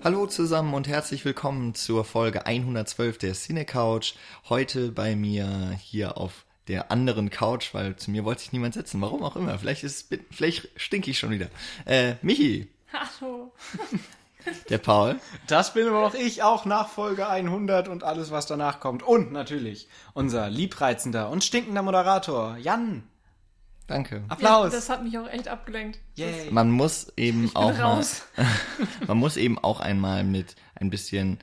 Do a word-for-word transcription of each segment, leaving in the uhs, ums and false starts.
Hallo zusammen und herzlich willkommen zur Folge hundertzwölf der Cine-Couch. Heute bei mir hier auf der anderen Couch, weil zu mir wollte sich niemand setzen. Warum auch immer. Vielleicht ist, vielleicht stinke ich schon wieder. Äh, Michi. Hallo. Der Paul. Das bin aber auch ich, auch nach Folge hundert und alles, was danach kommt. Und natürlich unser liebreizender und stinkender Moderator, Jan. Danke. Applaus. Ja, das hat mich auch echt abgelenkt. Yay. Man muss eben Ich bin auch raus. mal, man muss eben auch einmal mit ein bisschen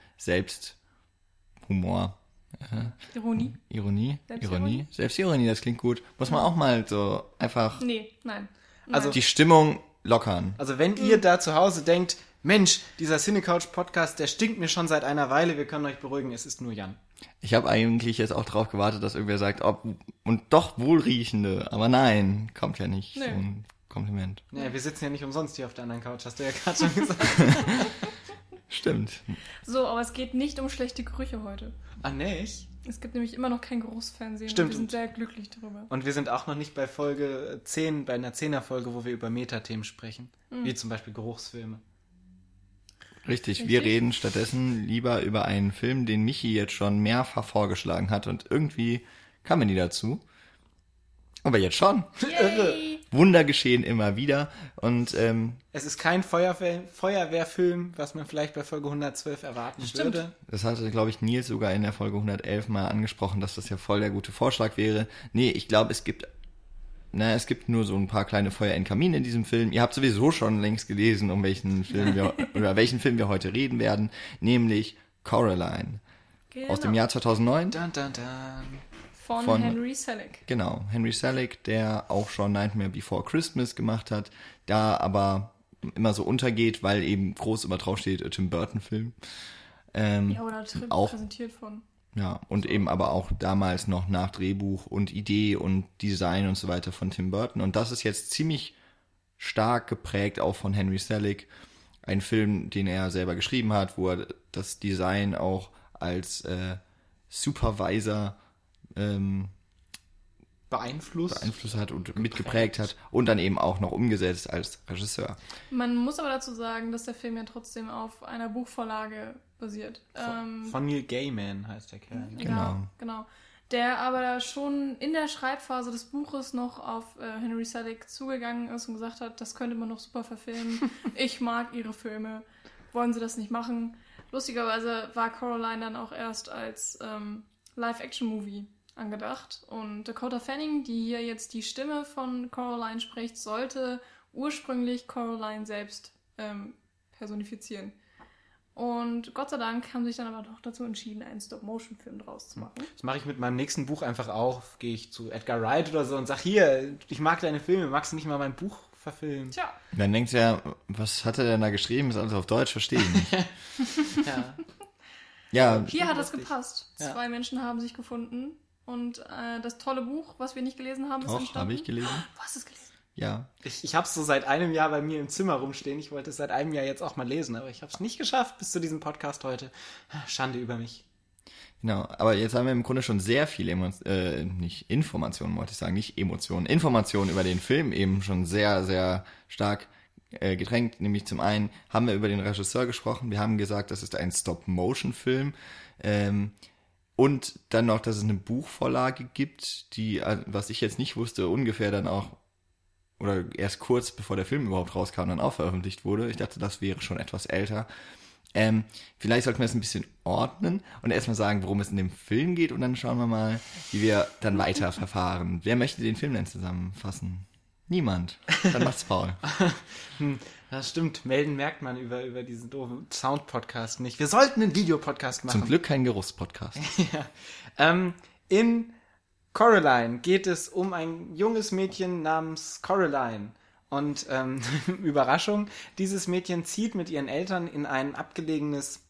Selbsthumor, äh, Ironie? Ironie, Selbstironie? Ironie, Selbstironie, das klingt gut. Muss man auch mal so einfach Nee, nein. Also die Stimmung lockern. Also wenn ihr da zu Hause denkt, Mensch, dieser Cinecouch-Podcast, der stinkt mir schon seit einer Weile, wir können euch beruhigen, es ist nur Jan. Ich habe eigentlich jetzt auch drauf gewartet, dass irgendwer sagt, ob und doch wohlriechende, aber nein, kommt ja nicht. Nee. So ein Kompliment. Ja, wir sitzen ja nicht umsonst hier auf der anderen Couch, hast du ja gerade schon gesagt. Stimmt. So, aber es geht nicht um schlechte Gerüche heute. Ah, nicht? Es gibt nämlich immer noch kein Geruchsfernsehen. Stimmt. Und wir sind sehr glücklich darüber. Und wir sind auch noch nicht bei Folge zehn, bei einer Zehner-Folge, wo wir über Metathemen sprechen. Mhm. Wie zum Beispiel Geruchsfilme. Richtig, Richtig. wir reden stattdessen lieber über einen Film, den Michi jetzt schon mehrfach vorgeschlagen hat und irgendwie kam er nie dazu. Aber jetzt schon. Yay! Wunder geschehen immer wieder und ähm, Es ist kein Feuerwehr, Feuerwehrfilm, was man vielleicht bei Folge hundertzwölf erwarten Stimmt. würde. das hatte, glaube ich, Nils sogar in der Folge hundertelf mal angesprochen, dass das ja voll der gute Vorschlag wäre. Nee, ich glaube, es gibt na, es gibt nur so ein paar kleine Feuer in Kamin in diesem Film. Ihr habt sowieso schon längst gelesen, um welchen Film wir über welchen Film wir heute reden werden, nämlich Coraline Genau. aus dem Jahr zweitausendneun. Dun, dun, dun. Von, von- Henry Selick. Genau, Henry Selick, der auch schon Nightmare Before Christmas gemacht hat, da aber immer so untergeht, weil eben groß immer drauf steht, Tim Burton Film. Ähm, Ja, oder Trip auch- präsentiert von. Ja, und eben aber auch damals noch nach Drehbuch und Idee und Design und so weiter von Tim Burton. Und das ist jetzt ziemlich stark geprägt auch von Henry Selick. Ein Film, den er selber geschrieben hat, wo er das Design auch als äh, Supervisor ähm, Beeinflusst. beeinflusst hat und mitgeprägt hat und dann eben auch noch umgesetzt als Regisseur. Man muss aber dazu sagen, dass der Film ja trotzdem auf einer Buchvorlage basiert. Ähm, Von Neil Gaiman heißt der Kerl. Ne? Ja, Genau. genau. Der aber schon in der Schreibphase des Buches noch auf äh, Henry Selick zugegangen ist und gesagt hat, das könnte man noch super verfilmen. Ich mag ihre Filme. Wollen sie das nicht machen? Lustigerweise war Coraline dann auch erst als ähm, Live-Action-Movie angedacht. Und Dakota Fanning, die hier jetzt die Stimme von Coraline spricht, sollte ursprünglich Coraline selbst ähm, personifizieren. Und Gott sei Dank haben sich dann aber doch dazu entschieden, einen Stop-Motion-Film draus zu machen. Das mache ich mit meinem nächsten Buch einfach auch. Gehe ich zu Edgar Wright oder so und sag, hier, ich mag deine Filme, magst du nicht mal mein Buch verfilmen? Tja, Dann denkt er, was hat er denn da geschrieben? Ist alles auf Deutsch, verstehe ich nicht. Ja. Ja, hier hat es lustig. gepasst. Ja. Zwei Menschen haben sich gefunden. Und äh, das tolle Buch, was wir nicht gelesen haben, ist auch, entstanden. habe ich gelesen. Du hast es gelesen. Ja. Ich, ich habe es so seit einem Jahr bei mir im Zimmer rumstehen. Ich wollte es seit einem Jahr jetzt auch mal lesen, aber ich habe es nicht geschafft bis zu diesem Podcast heute. Schande über mich. Genau, aber jetzt haben wir im Grunde schon sehr viel Emo äh, nicht Informationen, wollte ich sagen, nicht Emotionen, Informationen über den Film eben schon sehr, sehr stark äh, gedrängt. Nämlich zum einen haben wir über den Regisseur gesprochen, wir haben gesagt, das ist ein Stop-Motion-Film ähm, und dann noch, dass es eine Buchvorlage gibt, die, äh, was ich jetzt nicht wusste, ungefähr dann auch oder erst kurz bevor der Film überhaupt rauskam, dann auch veröffentlicht wurde. Ich dachte, das wäre schon etwas älter. Ähm, vielleicht sollten wir es ein bisschen ordnen und erstmal sagen, worum es in dem Film geht und dann schauen wir mal, wie wir dann weiter verfahren. Wer möchte den Film denn zusammenfassen? Niemand. Dann macht's Paul. Hm, das stimmt. Melden merkt man über, über diesen doofen Sound-Podcast nicht. Wir sollten einen Videopodcast machen. Zum Glück kein Geruchspodcast. Ja. Ähm, in Coraline geht es um ein junges Mädchen namens Coraline. Und ähm, Überraschung, dieses Mädchen zieht mit ihren Eltern in ein abgelegenes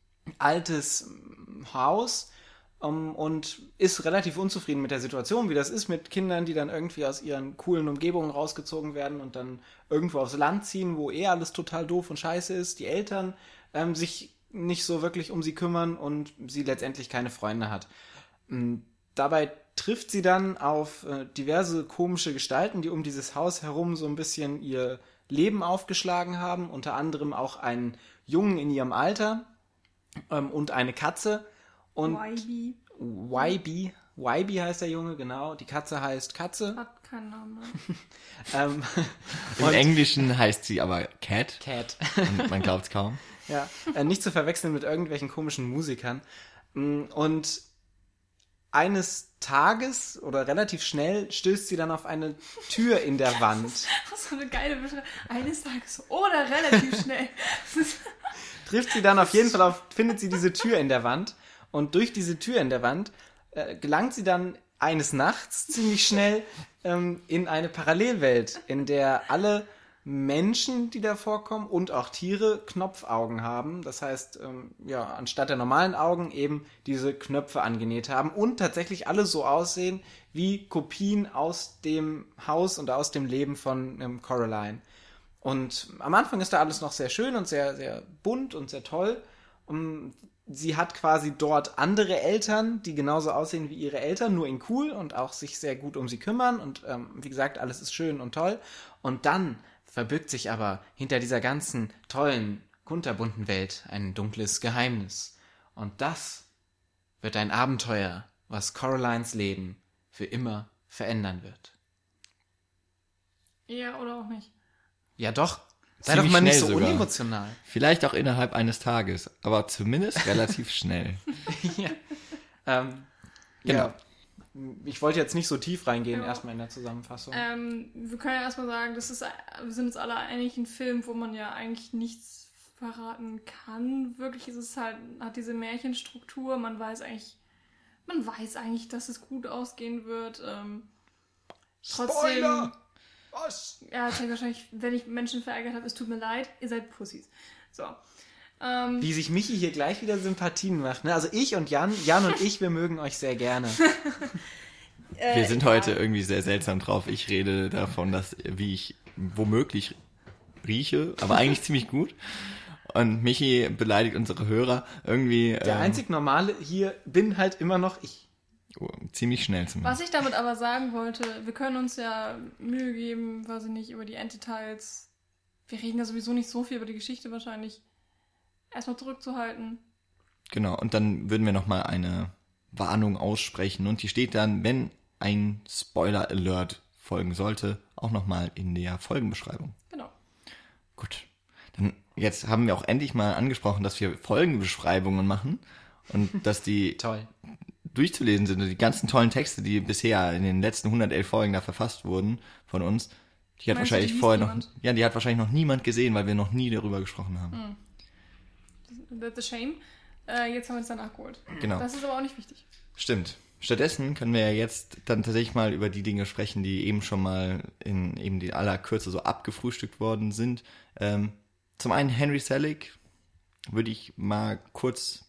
altes Haus um, und ist relativ unzufrieden mit der Situation, wie das ist mit Kindern, die dann irgendwie aus ihren coolen Umgebungen rausgezogen werden und dann irgendwo aufs Land ziehen, wo eh alles total doof und scheiße ist. Die Eltern ähm, sich nicht so wirklich um sie kümmern und sie letztendlich keine Freunde hat. Ähm, dabei trifft sie dann auf äh, diverse komische Gestalten, die um dieses Haus herum so ein bisschen ihr Leben aufgeschlagen haben, unter anderem auch einen Jungen in ihrem Alter ähm, und eine Katze. Und Wybie. Wybie, Wybie heißt der Junge, genau. Die Katze heißt Katze. Hat keinen Namen. Ne? ähm, Im Englischen heißt sie aber Cat. Cat. Und man glaubt es kaum. Ja, äh, nicht zu verwechseln mit irgendwelchen komischen Musikern. Und eines Tages oder relativ schnell stößt sie dann auf eine Tür in der Wand. Das ist so eine geile Beschreibung. Eines Tages oder relativ schnell. Trifft sie dann auf jeden Fall auf, findet sie diese Tür in der Wand. Und durch diese Tür in der Wand äh, gelangt sie dann eines Nachts ziemlich schnell ähm, in eine Parallelwelt, in der alle Menschen, die da vorkommen und auch Tiere Knopfaugen haben. Das heißt, ähm, ja, anstatt der normalen Augen eben diese Knöpfe angenäht haben und tatsächlich alle so aussehen wie Kopien aus dem Haus und aus dem Leben von ähm, Coraline. Und am Anfang ist da alles noch sehr schön und sehr, sehr bunt und sehr toll. Und sie hat quasi dort andere Eltern, die genauso aussehen wie ihre Eltern, nur in cool und auch sich sehr gut um sie kümmern. Und ähm, wie gesagt, alles ist schön und toll. Und dann verbirgt sich aber hinter dieser ganzen tollen, kunterbunten Welt ein dunkles Geheimnis. Und das wird ein Abenteuer, was Coralines Leben für immer verändern wird. Ja, oder auch nicht. Ja doch, sei Ziemlich doch mal nicht schnell so sogar. unemotional. Vielleicht auch innerhalb eines Tages, aber zumindest relativ schnell. ja. Ähm, Genau. ja. Ich wollte jetzt nicht so tief reingehen, Ja. erstmal in der Zusammenfassung. Ähm, wir können ja erstmal sagen, das ist, wir sind uns alle einig, ein Film, wo man ja eigentlich nichts verraten kann. Wirklich ist es halt, hat diese Märchenstruktur, man weiß eigentlich, man weiß eigentlich, dass es gut ausgehen wird. Ähm, trotzdem, Spoiler! Was? ja, ich denke wahrscheinlich, wenn ich Menschen verärgert habe, es tut mir leid, ihr seid Pussys. So. Ähm, Wie sich Michi hier gleich wieder Sympathien macht. Ne? Also ich und Jan, Jan und ich, wir mögen euch sehr gerne. äh, Wir sind egal. heute irgendwie sehr seltsam drauf. Ich rede davon, dass wie ich womöglich rieche, aber eigentlich ziemlich gut. Und Michi beleidigt unsere Hörer irgendwie Der ähm, einzig Normale hier bin halt immer noch ich. oh, ziemlich schnell zumindest. Was ich damit aber sagen wollte, wir können uns ja Mühe geben, weiß ich nicht, über die Enddetails. Wir reden ja sowieso nicht so viel über die Geschichte wahrscheinlich. Erstmal zurückzuhalten. Genau, und dann würden wir nochmal eine Warnung aussprechen. Und die steht dann, wenn ein Spoiler-Alert folgen sollte, auch nochmal in der Folgenbeschreibung. Genau. Gut, dann jetzt haben wir auch endlich mal angesprochen, dass wir Folgenbeschreibungen machen und dass die Toll. durchzulesen sind. Und die ganzen tollen Texte, die bisher in den letzten hundertelf Folgen da verfasst wurden von uns, die hat Meinst du, wahrscheinlich die liest vorher noch, niemand? ja, die hat wahrscheinlich noch niemand gesehen, weil wir noch nie darüber gesprochen haben. Mhm. That's a shame. Äh, jetzt haben wir es dann nachgeholt. Genau. Das ist aber auch nicht wichtig. Stimmt. Stattdessen können wir ja jetzt dann tatsächlich mal über die Dinge sprechen, die eben schon mal in eben die aller Kürze so abgefrühstückt worden sind. Ähm, zum einen Henry Selick würde ich mal kurz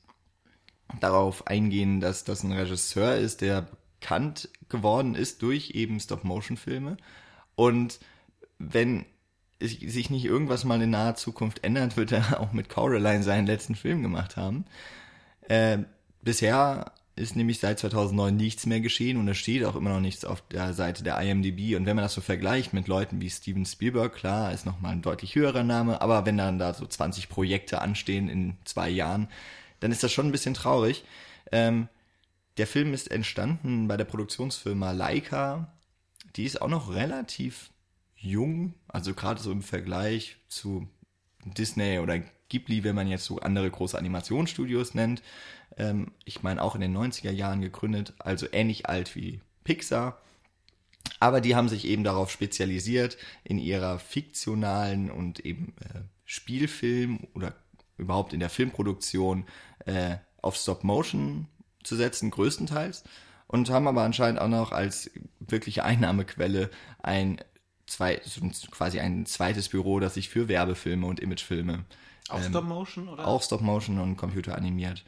darauf eingehen, dass das ein Regisseur ist, der bekannt geworden ist durch eben Stop-Motion-Filme. Und wenn es sich nicht irgendwas mal in naher Zukunft ändert, wird er auch mit Coraline seinen letzten Film gemacht haben. Äh, bisher ist nämlich seit zweitausendneun nichts mehr geschehen und es steht auch immer noch nichts auf der Seite der I M D B. Und wenn man das so vergleicht mit Leuten wie Steven Spielberg, klar, ist nochmal ein deutlich höherer Name, aber wenn dann da so zwanzig Projekte anstehen in zwei Jahren, dann ist das schon ein bisschen traurig. Ähm, der Film ist entstanden bei der Produktionsfirma Leica. Die ist auch noch relativ jung, also gerade so im Vergleich zu Disney oder Ghibli, wenn man jetzt so andere große Animationsstudios nennt. Ähm, ich meine auch in den neunziger Jahren gegründet, also ähnlich alt wie Pixar. Aber die haben sich eben darauf spezialisiert, in ihrer fiktionalen und eben äh, Spielfilm oder überhaupt in der Filmproduktion äh, auf Stop-Motion zu setzen, größtenteils. Und haben aber anscheinend auch noch als wirkliche Einnahmequelle ein zwei, quasi ein zweites Büro, das sich für Werbefilme und Imagefilme Auch ähm, Stop-Motion, oder? auch Stop-Motion und computeranimiert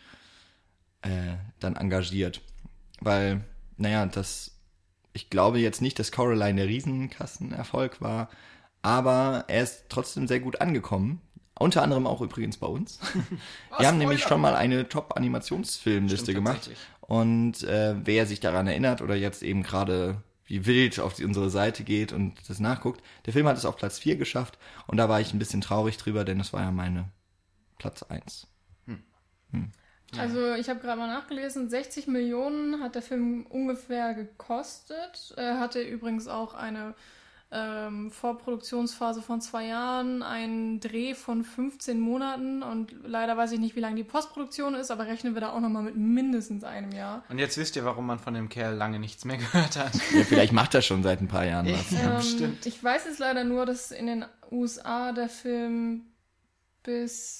äh, dann engagiert. Weil, naja, das, ich glaube jetzt nicht, dass Coraline der Riesenkassenerfolg war, aber er ist trotzdem sehr gut angekommen. Unter anderem auch übrigens bei uns. Wir haben nämlich schon mal eine Top-Animationsfilmliste Stimmt, gemacht. tatsächlich. Und äh, wer sich daran erinnert oder jetzt eben gerade wie wild auf die, unsere Seite geht und das nachguckt. Der Film hat es auf Platz vier geschafft und da war ich ein bisschen traurig drüber, denn das war ja meine Platz eins. Hm. Hm. Also ich habe gerade mal nachgelesen, sechzig Millionen hat der Film ungefähr gekostet. Er hatte übrigens auch eine ähm, Vorproduktionsphase von zwei Jahren, einen Dreh von fünfzehn Monaten und leider weiß ich nicht, wie lange die Postproduktion ist, aber rechnen wir da auch nochmal mit mindestens einem Jahr. Und jetzt wisst ihr, warum man von dem Kerl lange nichts mehr gehört hat. Ja, vielleicht macht er schon seit ein paar Jahren was. Ja, Ähm, bestimmt. ich weiß jetzt leider nur, dass in den U S A der Film bis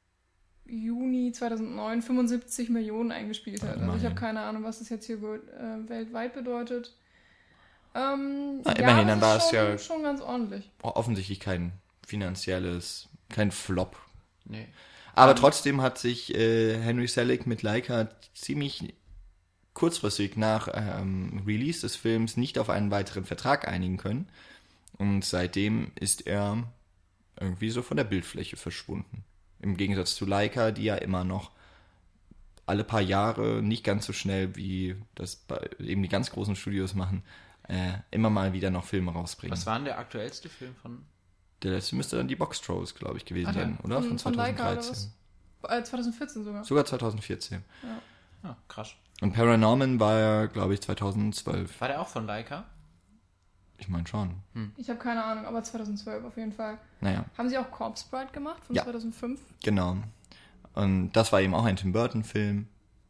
Juni zweitausendneun fünfundsiebzig Millionen eingespielt hat. Also ich Immerhin. habe keine Ahnung, was das jetzt hier äh, weltweit bedeutet. Ähm, Na, immerhin, ja, dann das war ist es schon, ja- schon ganz ordentlich. Offensichtlich kein finanzielles, kein Flop. Nee. Aber Ähm, trotzdem hat sich äh, Henry Selick mit Leica ziemlich kurzfristig nach ähm, Release des Films nicht auf einen weiteren Vertrag einigen können. Und seitdem ist er irgendwie so von der Bildfläche verschwunden. Im Gegensatz zu Leica, die ja immer noch alle paar Jahre, nicht ganz so schnell wie das bei eben die ganz großen Studios machen, äh, immer mal wieder noch Filme rausbringen. Was war denn der aktuellste Film von... Der letzte müsste dann die Box Trolls, glaube ich, gewesen Ah, ja. sein, oder? Von- von Leica oder zweitausenddreizehn. Äh, zweitausendvierzehn sogar. Sogar zweitausendvierzehn. Ah, krass. Und Paranorman war ja, glaube ich, zweitausendzwölf. War der auch von Leica? Ich meine schon. Ich habe keine Ahnung, aber zweitausendzwölf auf jeden Fall. Naja, Haben sie auch Corpse Bride gemacht von Ja. zweitausendfünf? genau. Und das war eben auch ein Tim Burton-Film.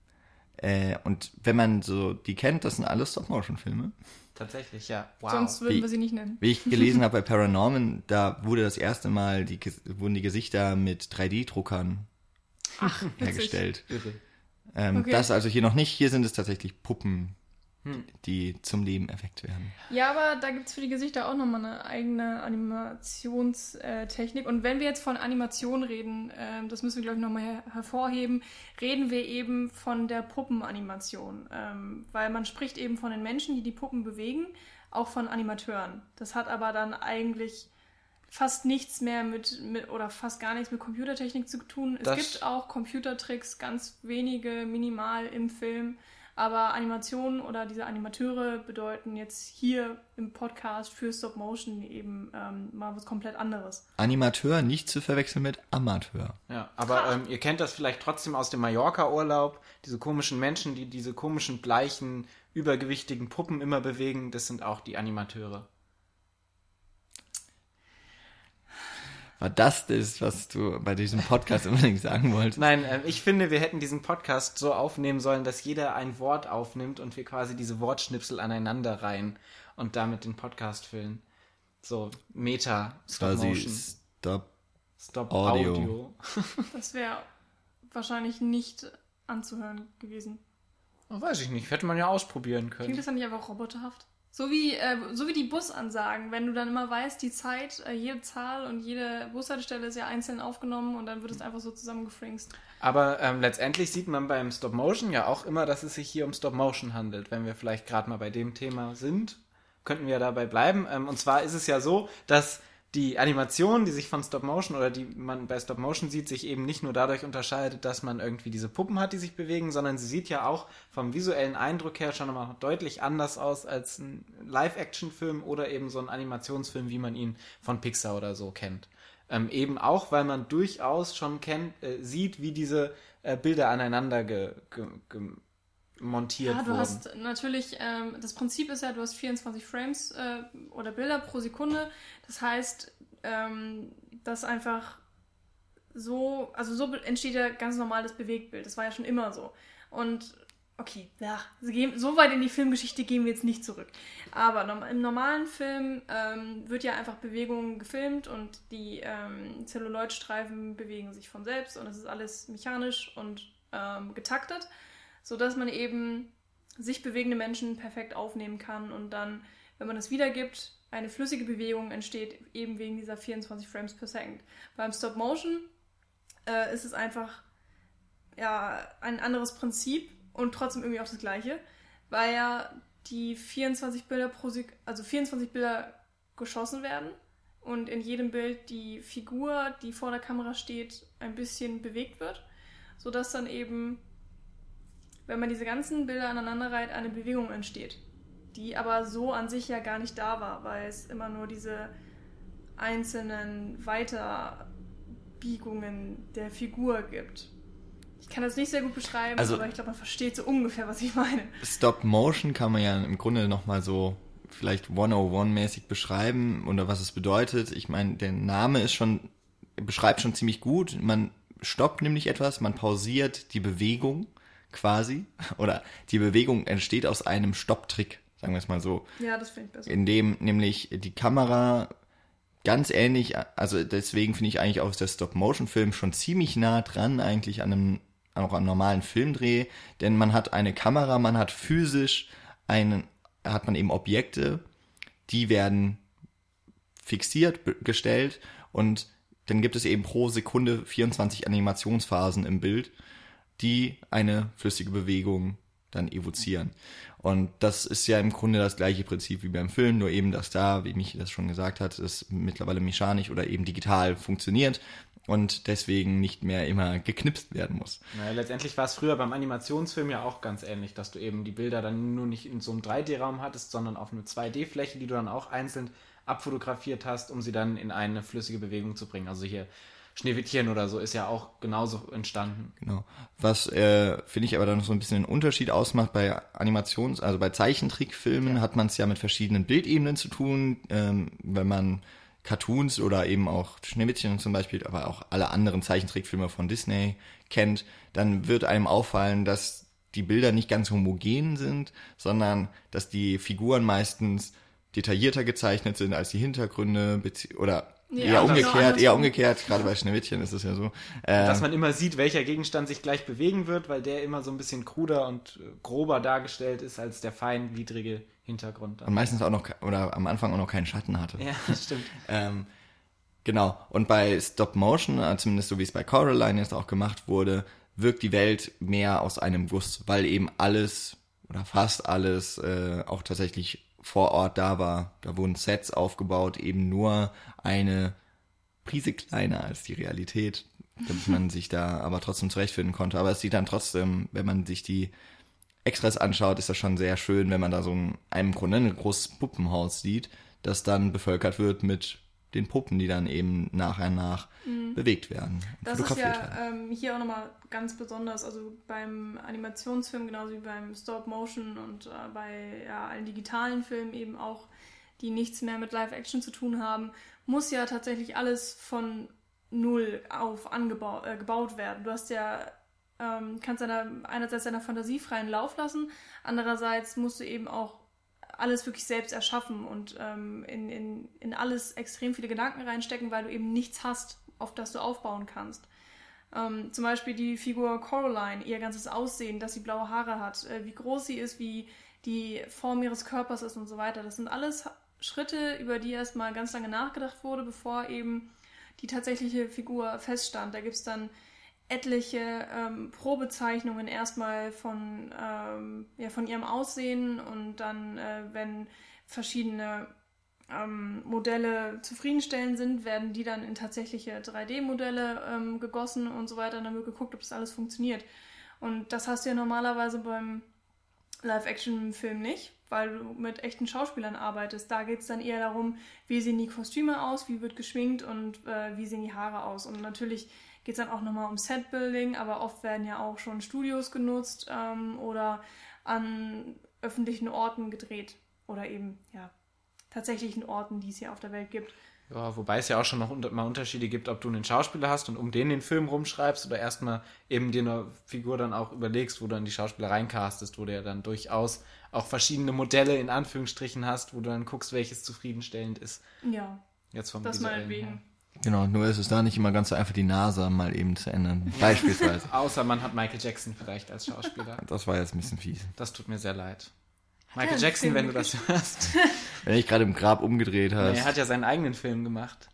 Äh, und wenn man so die kennt, das sind alles Stop-Motion-Filme. Tatsächlich, ja. Wow. Sonst würden Wie- wir sie nicht nennen. Wie ich gelesen habe bei Paranorman, da wurde das erste Mal, die, Ges- wurden die Gesichter mit drei D-Druckern hergestellt. Irre. Ähm, Okay. Das also hier noch nicht. Hier sind es tatsächlich Puppen, Hm. die zum Leben erweckt werden. Ja, aber da gibt es für die Gesichter auch nochmal eine eigene Animationstechnik. Und wenn wir jetzt von Animation reden, ähm, das müssen wir, glaube ich, nochmal her hervorheben, reden wir eben von der Puppenanimation. Ähm, weil man spricht eben von den Menschen, die die Puppen bewegen, auch von Animateuren. Das hat aber dann eigentlich fast nichts mehr mit, mit oder fast gar nichts mit Computertechnik zu tun. Es Das- gibt auch Computertricks, ganz wenige, minimal im Film. Aber Animationen oder diese Animateure bedeuten jetzt hier im Podcast für Stop Motion eben ähm, mal was komplett anderes. Animateur nicht zu verwechseln mit Amateur. Ja, aber ähm, ihr kennt das vielleicht trotzdem aus dem Mallorca-Urlaub. Diese komischen Menschen, die diese komischen, bleichen, übergewichtigen Puppen immer bewegen, das sind auch die Animateure. War das das, was du bei diesem Podcast unbedingt sagen wolltest? Nein, äh, ich finde, wir hätten diesen Podcast so aufnehmen sollen, dass jeder ein Wort aufnimmt und wir quasi diese Wortschnipsel aneinander reihen und damit den Podcast füllen. So, Meta, Stop Quasi Motion, Stop. Stop Audio. Audio. Das wäre wahrscheinlich nicht anzuhören gewesen. Oh, weiß ich nicht, hätte man ja ausprobieren Klingt können. das dann nicht einfach roboterhaft? So wie, äh, so wie die Busansagen, wenn du dann immer weißt, die Zeit, äh, jede Zahl und jede Bushaltestelle ist ja einzeln aufgenommen und dann wird es einfach so zusammengefringst. Aber ähm, letztendlich sieht man beim Stop Motion ja auch immer, dass es sich hier um Stop Motion handelt. Wenn wir vielleicht gerade mal bei dem Thema sind, könnten wir dabei bleiben. Ähm, und zwar ist es ja so, dass die Animation, die sich von Stop Motion oder die man bei Stop Motion sieht, sich eben nicht nur dadurch unterscheidet, dass man irgendwie diese Puppen hat, die sich bewegen, sondern sie sieht ja auch vom visuellen Eindruck her schon mal deutlich anders aus als ein Live-Action-Film oder eben so ein Animationsfilm, wie man ihn von Pixar oder so kennt. Ähm, eben auch, weil man durchaus schon kennt, äh, sieht, wie diese äh, Bilder aneinander ge, ge, ge montiert Ja, du wurden. hast natürlich, ähm, das Prinzip ist ja, du hast vierundzwanzig Frames äh, oder Bilder pro Sekunde. Das heißt, ähm, dass einfach so, also so be- entsteht ja ganz normales Bewegtbild. Das war ja schon immer so. Und okay, ja, so gehen- so weit in die Filmgeschichte gehen wir jetzt nicht zurück. Aber norm- im normalen Film ähm, wird ja einfach Bewegung gefilmt und die ähm, Zelluloidstreifen bewegen sich von selbst und es ist alles mechanisch und ähm, getaktet, sodass man eben sich bewegende Menschen perfekt aufnehmen kann und dann, wenn man es wiedergibt, eine flüssige Bewegung entsteht, eben wegen dieser vierundzwanzig Frames per Second. Beim Stop Motion äh, ist es einfach ja, ein anderes Prinzip und trotzdem irgendwie auch das gleiche, weil ja die vierundzwanzig Bilder pro Sek- also vierundzwanzig Bilder geschossen werden und in jedem Bild die Figur, die vor der Kamera steht, ein bisschen bewegt wird, sodass dann eben, wenn man diese ganzen Bilder aneinander reiht, eine Bewegung entsteht, die aber so an sich ja gar nicht da war, weil es immer nur diese einzelnen Weiterbiegungen der Figur gibt. Ich kann das nicht sehr gut beschreiben, also, aber ich glaube, man versteht so ungefähr, was ich meine. Stop Motion kann man ja im Grunde nochmal so vielleicht hunderteins-mäßig beschreiben oder was es bedeutet. Ich meine, der Name ist schon, beschreibt schon ziemlich gut. Man stoppt nämlich etwas, man pausiert die Bewegung quasi oder die Bewegung entsteht aus einem Stopptrick, sagen wir es mal so. Ja, das finde ich besser. In dem nämlich die Kamera ganz ähnlich, also deswegen finde ich eigentlich auch der Stop-Motion-Film schon ziemlich nah dran eigentlich an einem, auch an einem normalen Filmdreh, denn man hat eine Kamera, man hat physisch einen, hat man eben Objekte, die werden fixiert, be- gestellt und dann gibt es eben pro Sekunde vierundzwanzig Animationsphasen im Bild, die eine flüssige Bewegung dann evozieren. Und das ist ja im Grunde das gleiche Prinzip wie beim Film, nur eben, dass da, wie Michi das schon gesagt hat, es mittlerweile mechanisch oder eben digital funktioniert und deswegen nicht mehr immer geknipst werden muss. Naja, letztendlich war es früher beim Animationsfilm ja auch ganz ähnlich, dass du eben die Bilder dann nur nicht in so einem drei D-Raum hattest, sondern auf eine zwei D-Fläche, die du dann auch einzeln abfotografiert hast, um sie dann in eine flüssige Bewegung zu bringen. Also hier Schneewittchen oder so ist ja auch genauso entstanden. Genau. Was, äh, finde ich aber dann noch so ein bisschen einen Unterschied ausmacht bei Animations-, also bei Zeichentrickfilmen ja. hat man es ja mit verschiedenen Bildebenen zu tun, ähm, wenn man Cartoons oder eben auch Schneewittchen zum Beispiel, aber auch alle anderen Zeichentrickfilme von Disney kennt, dann wird einem auffallen, dass die Bilder nicht ganz homogen sind, sondern dass die Figuren meistens detaillierter gezeichnet sind als die Hintergründe bezie- oder Ja, eher umgekehrt, genau eher umgekehrt, gerade bei Schneewittchen ist es ja so. Äh, Dass man immer sieht, welcher Gegenstand sich gleich bewegen wird, weil der immer so ein bisschen kruder und äh, grober dargestellt ist als der feingliedrige Hintergrund. Und meistens auch noch, ke- oder am Anfang auch noch keinen Schatten hatte. Ja, das stimmt. ähm, genau, und bei Stop Motion, äh, zumindest so wie es bei Coraline jetzt auch gemacht wurde, wirkt die Welt mehr aus einem Guss, weil eben alles oder fast alles äh, auch tatsächlich vor Ort da war. Da wurden Sets aufgebaut, eben nur eine Prise kleiner als die Realität, damit man sich da aber trotzdem zurechtfinden konnte. Aber es sieht dann trotzdem, wenn man sich die Extras anschaut, ist das schon sehr schön, wenn man da so ein, einem Grunde ein großes Puppenhaus sieht, das dann bevölkert wird mit den Puppen, die dann eben nach und nach mhm. bewegt werden. Das ist ja ähm, hier auch nochmal ganz besonders, also beim Animationsfilm genauso wie beim Stop-Motion und äh, bei ja, allen digitalen Filmen eben auch, die nichts mehr mit Live-Action zu tun haben, muss ja tatsächlich alles von null auf angebaut äh, gebaut werden. Du hast ja, ähm, kannst deiner, einerseits deiner Fantasie freien Lauf lassen, andererseits musst du eben auch alles wirklich selbst erschaffen und ähm, in, in, in alles extrem viele Gedanken reinstecken, weil du eben nichts hast, auf das du aufbauen kannst. Ähm, zum Beispiel die Figur Coraline, ihr ganzes Aussehen, dass sie blaue Haare hat, äh, wie groß sie ist, wie die Form ihres Körpers ist und so weiter. Das sind alles Schritte, über die erstmal ganz lange nachgedacht wurde, bevor eben die tatsächliche Figur feststand. Da gibt es dann etliche ähm, Probezeichnungen erstmal von, ähm, ja, von ihrem Aussehen und dann, äh, wenn verschiedene ähm, Modelle zufriedenstellend sind, werden die dann in tatsächliche drei D-Modelle ähm, gegossen und so weiter und dann wird geguckt, ob das alles funktioniert. Und das hast du ja normalerweise beim Live-Action-Film nicht, weil du mit echten Schauspielern arbeitest. Da geht es dann eher darum, wie sehen die Kostüme aus, wie wird geschminkt und äh, wie sehen die Haare aus. Und natürlich geht es dann auch nochmal um Set-Building, aber oft werden ja auch schon Studios genutzt ähm, oder an öffentlichen Orten gedreht oder eben ja tatsächlichen Orten, die es hier auf der Welt gibt. Ja, wobei es ja auch schon noch unter, mal Unterschiede gibt, ob du einen Schauspieler hast und um den den Film rumschreibst oder erstmal eben dir eine Figur dann auch überlegst, wo du dann die Schauspieler reincastest, wo du ja dann durchaus auch verschiedene Modelle in Anführungsstrichen hast, wo du dann guckst, welches zufriedenstellend ist. Ja, jetzt vom das meinetwegen. Her. Genau, nur ist es da nicht immer ganz so einfach, die Nase mal eben zu ändern. Beispielsweise. Außer man hat Michael Jackson vielleicht als Schauspieler. Das war jetzt ein bisschen fies. Das tut mir sehr leid. Michael Jackson, wenn du das hörst. Wenn ich gerade im Grab umgedreht hast. Nee, er hat ja seinen eigenen Film gemacht.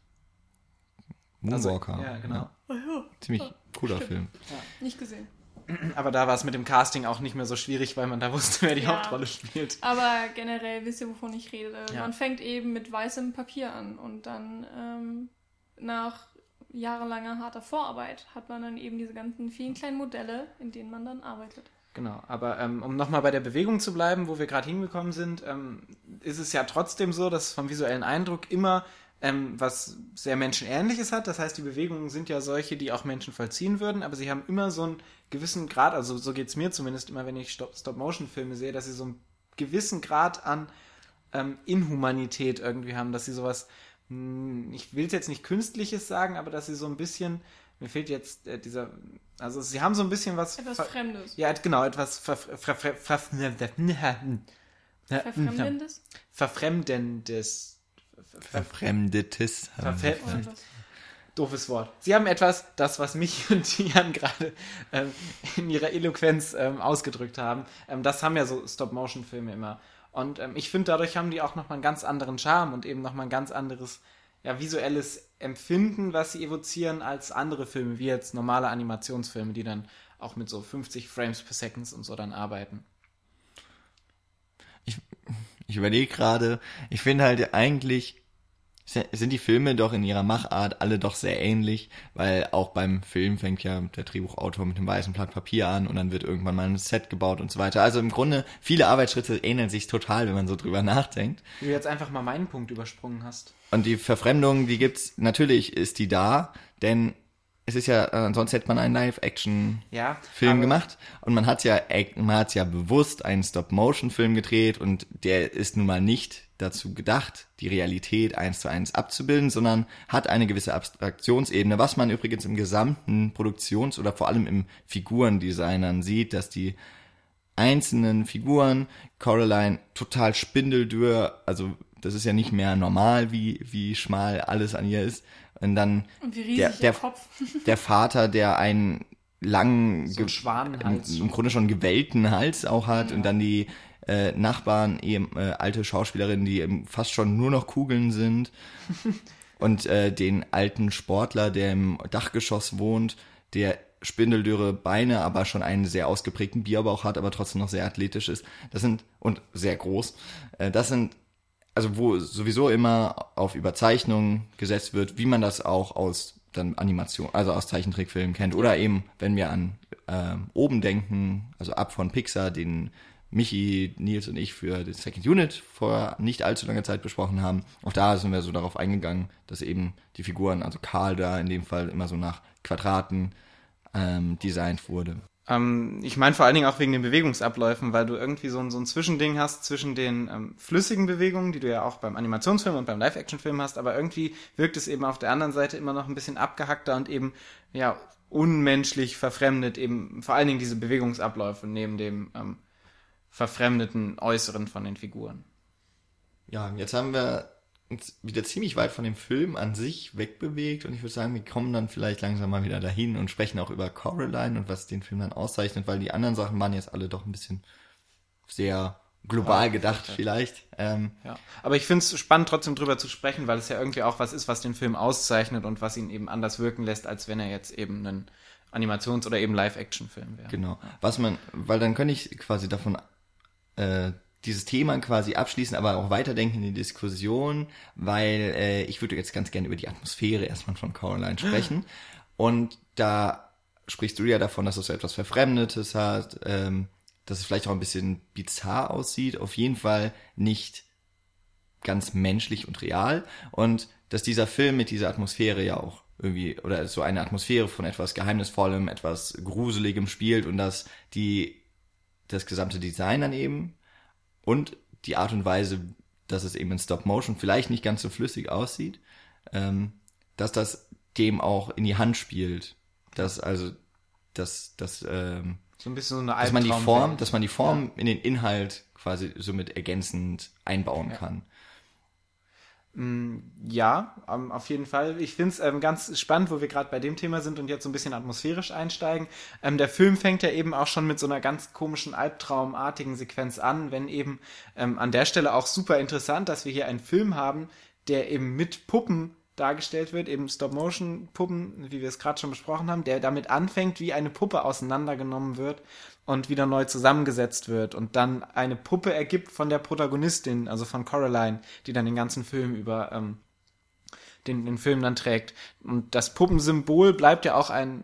Moonwalker. Also, ja, genau. Oh, ja. Ziemlich cooler Stimmt. Film. Ja. Nicht gesehen. Aber da war es mit dem Casting auch nicht mehr so schwierig, weil man da wusste, wer die Ja. Hauptrolle spielt. Aber generell wisst ihr, wovon ich rede. Ja. Man fängt eben mit weißem Papier an und dann ähm, nach jahrelanger harter Vorarbeit hat man dann eben diese ganzen vielen kleinen Modelle, in denen man dann arbeitet. Genau, aber ähm, um nochmal bei der Bewegung zu bleiben, wo wir gerade hingekommen sind, ähm, ist es ja trotzdem so, dass vom visuellen Eindruck immer ähm, was sehr Menschenähnliches hat. Das heißt, die Bewegungen sind ja solche, die auch Menschen vollziehen würden, aber sie haben immer so einen gewissen Grad, also so geht es mir zumindest immer, wenn ich Stop-Motion-Filme sehe, dass sie so einen gewissen Grad an ähm, Inhumanität irgendwie haben, dass sie sowas, mh, ich will es jetzt nicht Künstliches sagen, aber dass sie so ein bisschen, mir fehlt jetzt äh, dieser, also sie haben so ein bisschen was... Etwas ver- Fremdes. Ja, genau, etwas ver- ver- ver- ver- ver- Verfremdendes? Verfremdendes. Verfremdetes. Verfe- Oder was? Doofes Wort. Sie haben etwas, das, was mich und Jan gerade ähm, in ihrer Eloquenz ähm, ausgedrückt haben. Ähm, das haben ja so Stop-Motion-Filme immer. Und ähm, ich finde, dadurch haben die auch nochmal einen ganz anderen Charme und eben nochmal ein ganz anderes ja, visuelles Empfinden, was sie evozieren, als andere Filme, wie jetzt normale Animationsfilme, die dann auch mit so fünfzig Frames per Second und so dann arbeiten. Ich, ich überlege gerade, ich finde halt eigentlich sind die Filme doch in ihrer Machart alle doch sehr ähnlich, weil auch beim Film fängt ja der Drehbuchautor mit dem weißen Blatt Papier an und dann wird irgendwann mal ein Set gebaut und so weiter. Also im Grunde, viele Arbeitsschritte ähneln sich total, wenn man so drüber nachdenkt. Wie du jetzt einfach mal meinen Punkt übersprungen hast. Und die Verfremdung, die gibt's, natürlich ist die da, denn es ist ja, äh, sonst hätte man einen Live-Action-Film Ja, gemacht und man hat ja, man hat ja bewusst einen Stop-Motion-Film gedreht und der ist nun mal nicht dazu gedacht, die Realität eins zu eins abzubilden, sondern hat eine gewisse Abstraktionsebene, was man übrigens im gesamten Produktions- oder vor allem im Figurendesignern sieht, dass die einzelnen Figuren, Coraline total spindeldürr, also das ist ja nicht mehr normal, wie, wie schmal alles an ihr ist. Und dann Und wie riesig der, der, ihr Kopf. der Vater, der einen langen, So einen Schwanenhals im, schon. im Grunde schon gewellten Hals auch hat Ja. und dann die äh, Nachbarn, eben äh, alte Schauspielerinnen, die eben fast schon nur noch Kugeln sind und äh, den alten Sportler, der im Dachgeschoss wohnt, der spindeldürre Beine, aber schon einen sehr ausgeprägten Bierbauch hat, aber trotzdem noch sehr athletisch ist. Das sind, und sehr groß, äh, das sind, also wo sowieso immer auf Überzeichnungen gesetzt wird, wie man das auch aus dann Animation, also aus Zeichentrickfilmen kennt. Oder eben, wenn wir an ähm, Oben denken, also ab von Pixar, den Michi, Nils und ich für die Second Unit vor nicht allzu langer Zeit besprochen haben. Auch da sind wir so darauf eingegangen, dass eben die Figuren, also Karl da in dem Fall immer so nach Quadraten ähm, designt wurde. Ähm, ich meine vor allen Dingen auch wegen den Bewegungsabläufen, weil du irgendwie so ein, so ein Zwischending hast zwischen den ähm, flüssigen Bewegungen, die du ja auch beim Animationsfilm und beim Live-Action-Film hast, aber irgendwie wirkt es eben auf der anderen Seite immer noch ein bisschen abgehackter und eben, ja, unmenschlich verfremdet, eben vor allen Dingen diese Bewegungsabläufe neben dem ähm, verfremdeten Äußeren von den Figuren. Ja, jetzt haben wir uns wieder ziemlich weit von dem Film an sich wegbewegt und ich würde sagen, wir kommen dann vielleicht langsam mal wieder dahin und sprechen auch über Coraline und was den Film dann auszeichnet, weil die anderen Sachen waren jetzt alle doch ein bisschen sehr global Ja, gedacht ja. vielleicht. Ähm, Ja, aber ich finde es spannend, trotzdem drüber zu sprechen, weil es ja irgendwie auch was ist, was den Film auszeichnet und was ihn eben anders wirken lässt, als wenn er jetzt eben ein Animations- oder eben Live-Action-Film wäre. Genau. Was man, weil dann könnte ich quasi davon äh, dieses Thema quasi abschließen, aber auch weiterdenken in die Diskussion, weil äh, ich würde jetzt ganz gerne über die Atmosphäre erstmal von Coraline sprechen. Und da sprichst du ja davon, dass es so etwas Verfremdetes hat, ähm, dass es vielleicht auch ein bisschen bizarr aussieht, auf jeden Fall nicht ganz menschlich und real. Und dass dieser Film mit dieser Atmosphäre ja auch irgendwie, oder so eine Atmosphäre von etwas Geheimnisvollem, etwas Gruseligem spielt und dass die das gesamte Design dann eben und die Art und Weise, dass es eben in Stop-Motion vielleicht nicht ganz so flüssig aussieht, ähm, dass das dem auch in die Hand spielt. Dass also, dass, dass, ähm, So ein bisschen so eine dass man die Albtraumwelt. Form, dass man die Form in den Inhalt quasi somit ergänzend einbauen Ja. kann. Ja, ähm, auf jeden Fall. Ich finde es ähm, ganz spannend, wo wir gerade bei dem Thema sind und jetzt so ein bisschen atmosphärisch einsteigen. Ähm, der Film fängt ja eben auch schon mit so einer ganz komischen, albtraumartigen Sequenz an, wenn eben ähm, an der Stelle auch super interessant, dass wir hier einen Film haben, der eben mit Puppen dargestellt wird, eben Stop-Motion-Puppen, wie wir es gerade schon besprochen haben, der damit anfängt, wie eine Puppe auseinandergenommen wird und wieder neu zusammengesetzt wird und dann eine Puppe ergibt von der Protagonistin, also von Coraline, die dann den ganzen Film über ähm, den, den Film dann trägt. Und das Puppensymbol bleibt ja auch ein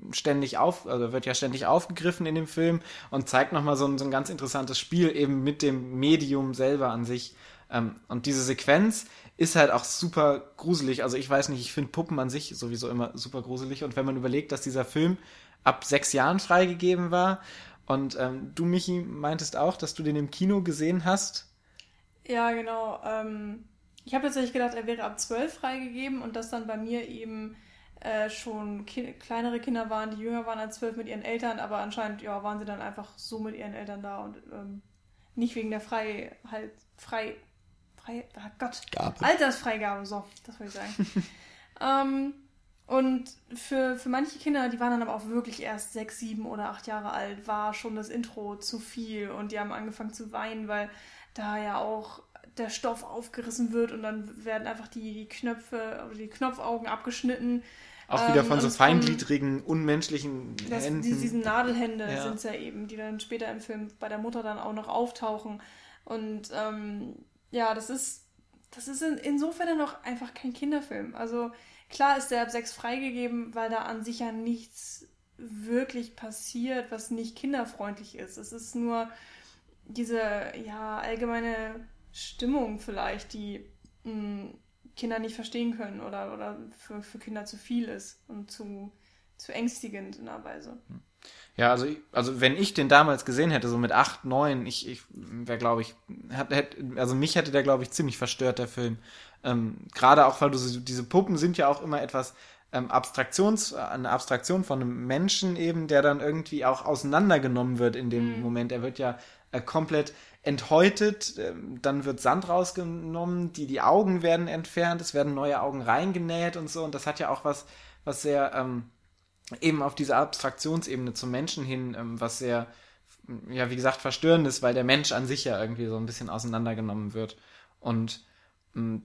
ständig auf, also wird ja ständig aufgegriffen in dem Film und zeigt nochmal so ein, so ein ganz interessantes Spiel eben mit dem Medium selber an sich. Ähm, und diese Sequenz ist halt auch super gruselig. Also ich weiß nicht, ich finde Puppen an sich sowieso immer super gruselig. Und wenn man überlegt, dass dieser Film ab sechs Jahren freigegeben war und ähm, du, Michi, meintest auch, dass du den im Kino gesehen hast. Ja, genau. Ähm, ich habe tatsächlich gedacht, er wäre ab zwölf freigegeben und dass dann bei mir eben äh, schon ki- kleinere Kinder waren, die jünger waren als zwölf mit ihren Eltern, aber anscheinend ja, waren sie dann einfach so mit ihren Eltern da und ähm, nicht wegen der frei, halt, frei, frei, oh Gott, Gabe. Altersfreigabe, so, das wollte ich sagen. ähm, und für, für manche Kinder, die waren dann aber auch wirklich erst sechs, sieben oder acht Jahre alt, war schon das Intro zu viel und die haben angefangen zu weinen, weil da ja auch der Stoff aufgerissen wird und dann werden einfach die, die Knöpfe oder die Knopfaugen abgeschnitten. Auch wieder von ähm, so feingliedrigen, unmenschlichen das, Händen. Die, diese Nadelhände Ja. sind es ja eben, die dann später im Film bei der Mutter dann auch noch auftauchen. Und ähm, ja, das ist, das ist in, insofern dann auch einfach kein Kinderfilm. Also klar ist der ab sechs freigegeben, weil da an sich ja nichts wirklich passiert, was nicht kinderfreundlich ist. Es ist nur diese ja allgemeine Stimmung vielleicht, die mh, Kinder nicht verstehen können oder, oder für, für Kinder zu viel ist und zu, zu ängstigend in einer Weise. Ja, also, ich- also wenn ich den damals gesehen hätte, so mit acht, neun, ich, ich wäre, glaube ich, hat, hätt, also mich hätte der, glaube ich, ziemlich verstört, der Film. Ähm, Gerade auch, weil du so, diese Puppen sind ja auch immer etwas ähm, Abstraktions, eine Abstraktion von einem Menschen eben, der dann irgendwie auch auseinandergenommen wird in dem Mhm. Moment. Er wird ja äh, komplett enthäutet, ähm, dann wird Sand rausgenommen, die, die Augen werden entfernt, es werden neue Augen reingenäht und so. Und das hat ja auch was, was sehr ähm, eben auf diese Abstraktionsebene zum Menschen hin, ähm, was sehr, ja, wie gesagt, verstörend ist, weil der Mensch an sich ja irgendwie so ein bisschen auseinandergenommen wird. Und ähm,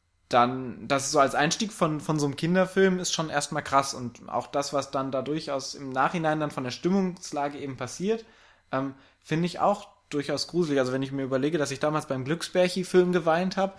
dann, das so als Einstieg von, von so einem Kinderfilm ist schon erstmal krass. Und auch das, was dann da durchaus im Nachhinein dann von der Stimmungslage eben passiert, ähm, finde ich auch durchaus gruselig. Also wenn ich mir überlege, dass ich damals beim Glücksbärchi-Film geweint habe,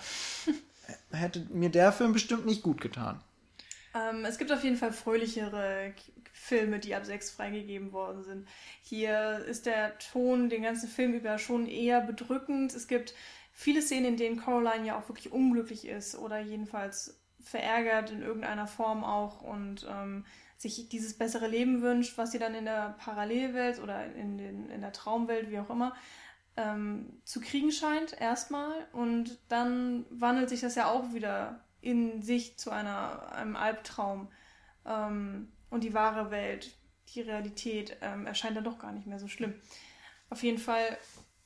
hätte mir der Film bestimmt nicht gut getan. Ähm, es gibt auf jeden Fall fröhlichere K- Filme, die ab sechs freigegeben worden sind. Hier ist der Ton den ganzen Film über schon eher bedrückend. Es gibt viele Szenen, in denen Coraline ja auch wirklich unglücklich ist oder jedenfalls verärgert in irgendeiner Form auch und ähm, sich dieses bessere Leben wünscht, was sie dann in der Parallelwelt oder in, den, in der Traumwelt, wie auch immer, ähm, zu kriegen scheint erstmal. Und dann wandelt sich das ja auch wieder in sich zu einer, einem Albtraum. Ähm, und die wahre Welt, die Realität ähm, erscheint dann doch gar nicht mehr so schlimm. Auf jeden Fall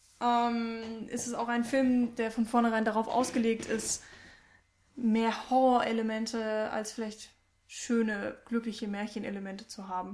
ähm, ist es auch ein Film, der von vornherein darauf ausgelegt ist, mehr Horror-Elemente als vielleicht schöne, glückliche Märchenelemente zu haben.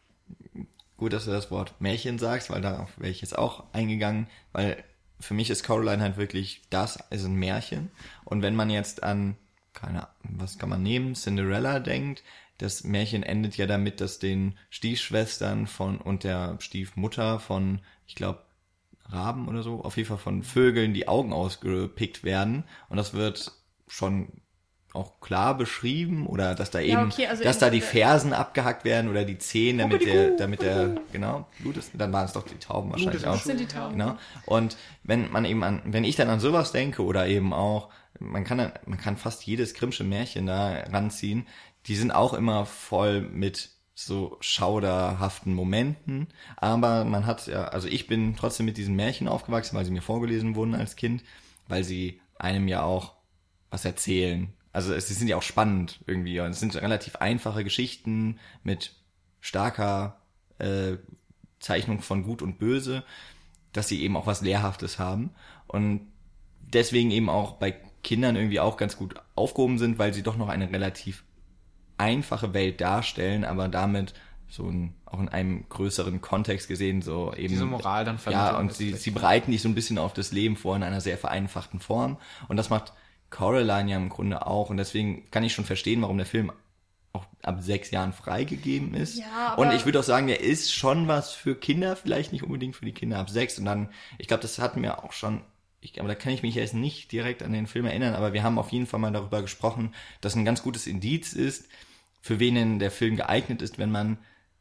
Gut, dass du das Wort Märchen sagst, weil darauf wäre ich jetzt auch eingegangen, weil für mich ist Coraline halt wirklich, das ist ein Märchen. Und wenn man jetzt an, keine Ahnung, was kann man nehmen, Cinderella denkt, das Märchen endet ja damit, dass den Stiefschwestern von und der Stiefmutter von, ich glaube, Raben oder so, auf jeden Fall von Vögeln die Augen ausgepickt werden. Und das wird schon auch klar beschrieben oder dass da eben, Ja, okay, also dass in- da die Fersen abgehackt werden oder die Zähne, damit der, Hubbidi-gu, damit der, genau, Blut ist, dann waren es doch die Tauben wahrscheinlich ist im auch. Das sind die Tauben. Genau. Und wenn man eben an, wenn ich dann an sowas denke oder eben auch, man kann dann, man kann fast jedes Grimmsche Märchen da ranziehen, die sind auch immer voll mit so schauderhaften Momenten, aber man hat ja, also ich bin trotzdem mit diesen Märchen aufgewachsen, weil sie mir vorgelesen wurden als Kind, weil sie einem ja auch was erzählen. Also es, sie sind ja auch spannend irgendwie und es sind relativ einfache Geschichten mit starker äh, Zeichnung von Gut und Böse, dass sie eben auch was Lehrhaftes haben und deswegen eben auch bei Kindern irgendwie auch ganz gut aufgehoben sind, weil sie doch noch eine relativ einfache Welt darstellen, aber damit so ein, auch in einem größeren Kontext gesehen, so eben. Diese Moral dann vermitteln. Ja, und sie, sie bereiten dich so ein bisschen auf das Leben vor in einer sehr vereinfachten Form. Und das macht Coraline ja im Grunde auch. Und deswegen kann ich schon verstehen, warum der Film auch ab sechs Jahren freigegeben ist. Ja, aber und ich würde auch sagen, der ist schon was für Kinder, vielleicht nicht unbedingt für die Kinder ab sechs. Und dann, ich glaube, das hatten wir auch schon, ich, aber da kann ich mich jetzt nicht direkt an den Film erinnern, aber wir haben auf jeden Fall mal darüber gesprochen, dass ein ganz gutes Indiz ist, für wen denn der Film geeignet ist, wenn man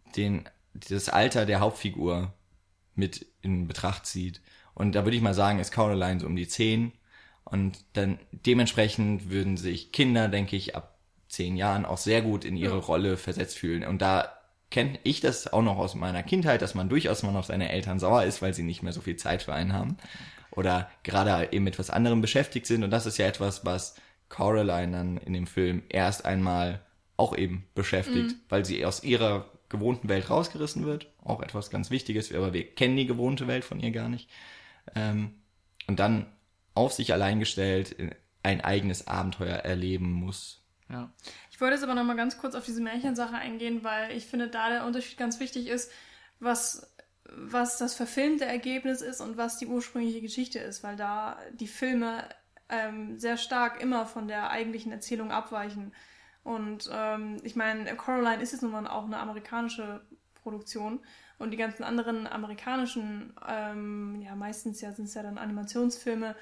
den das Alter der Hauptfigur mit in Betracht zieht. Und da würde ich mal sagen, ist Coraline so um die zehn. Und dann dementsprechend würden sich Kinder, denke ich, ab zehn Jahren auch sehr gut in ihre Rolle versetzt fühlen. Und da kenne ich das auch noch aus meiner Kindheit, dass man durchaus mal auf seine Eltern sauer ist, weil sie nicht mehr so viel Zeit für einen haben. Oder gerade eben mit was anderem beschäftigt sind. Und das ist ja etwas, was Coraline dann in dem Film erst einmal auch eben beschäftigt, mhm. weil sie aus ihrer gewohnten Welt rausgerissen wird. Auch etwas ganz Wichtiges, aber wir kennen die gewohnte Welt von ihr gar nicht. Ähm, und dann auf sich allein gestellt ein eigenes Abenteuer erleben muss. Ja. Ich wollte jetzt aber noch mal ganz kurz auf diese Märchensache eingehen, weil ich finde, da der Unterschied ganz wichtig ist, was, was das verfilmte Ergebnis ist und was die ursprüngliche Geschichte ist, weil da die Filme ähm, sehr stark immer von der eigentlichen Erzählung abweichen. Und ähm, ich meine, Coraline ist jetzt nun mal auch eine amerikanische Produktion und die ganzen anderen amerikanischen, ähm, ja meistens ja sind es ja dann Animationsfilme,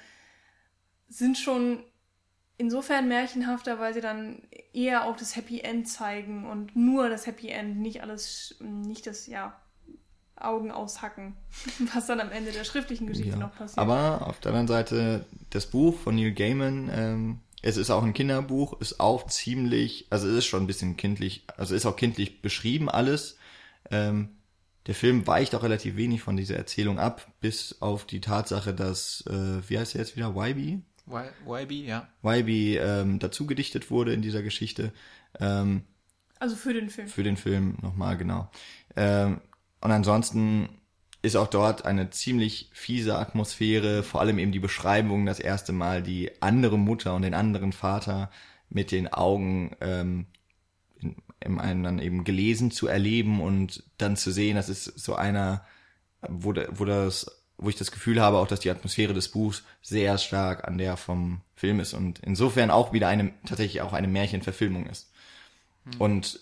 sind schon insofern märchenhafter, weil sie dann eher auch das Happy End zeigen und nur das Happy End, nicht alles, nicht das, ja, Augen aushacken, was dann am Ende der schriftlichen Geschichte ja. noch passiert. Aber auf der anderen Seite, das Buch von Neil Gaiman, ähm, es ist auch ein Kinderbuch, ist auch ziemlich, also es ist schon ein bisschen kindlich, also ist auch kindlich beschrieben alles. Ähm, der Film weicht auch relativ wenig von dieser Erzählung ab, bis auf die Tatsache, dass, äh, wie heißt er jetzt wieder, Wybie? Wybie, ja. Wybie ähm, dazu gedichtet wurde in dieser Geschichte. Ähm, also für den Film. Für den Film nochmal, genau. Ähm, und ansonsten ist auch dort eine ziemlich fiese Atmosphäre, vor allem eben die Beschreibung, das erste Mal die andere Mutter und den anderen Vater mit den Augen ähm, in, in einem dann eben gelesen zu erleben und dann zu sehen, das ist so einer, wo, wo das wo ich das Gefühl habe, auch dass die Atmosphäre des Buchs sehr stark an der vom Film ist und insofern auch wieder eine, tatsächlich auch eine Märchenverfilmung ist. Mhm. Und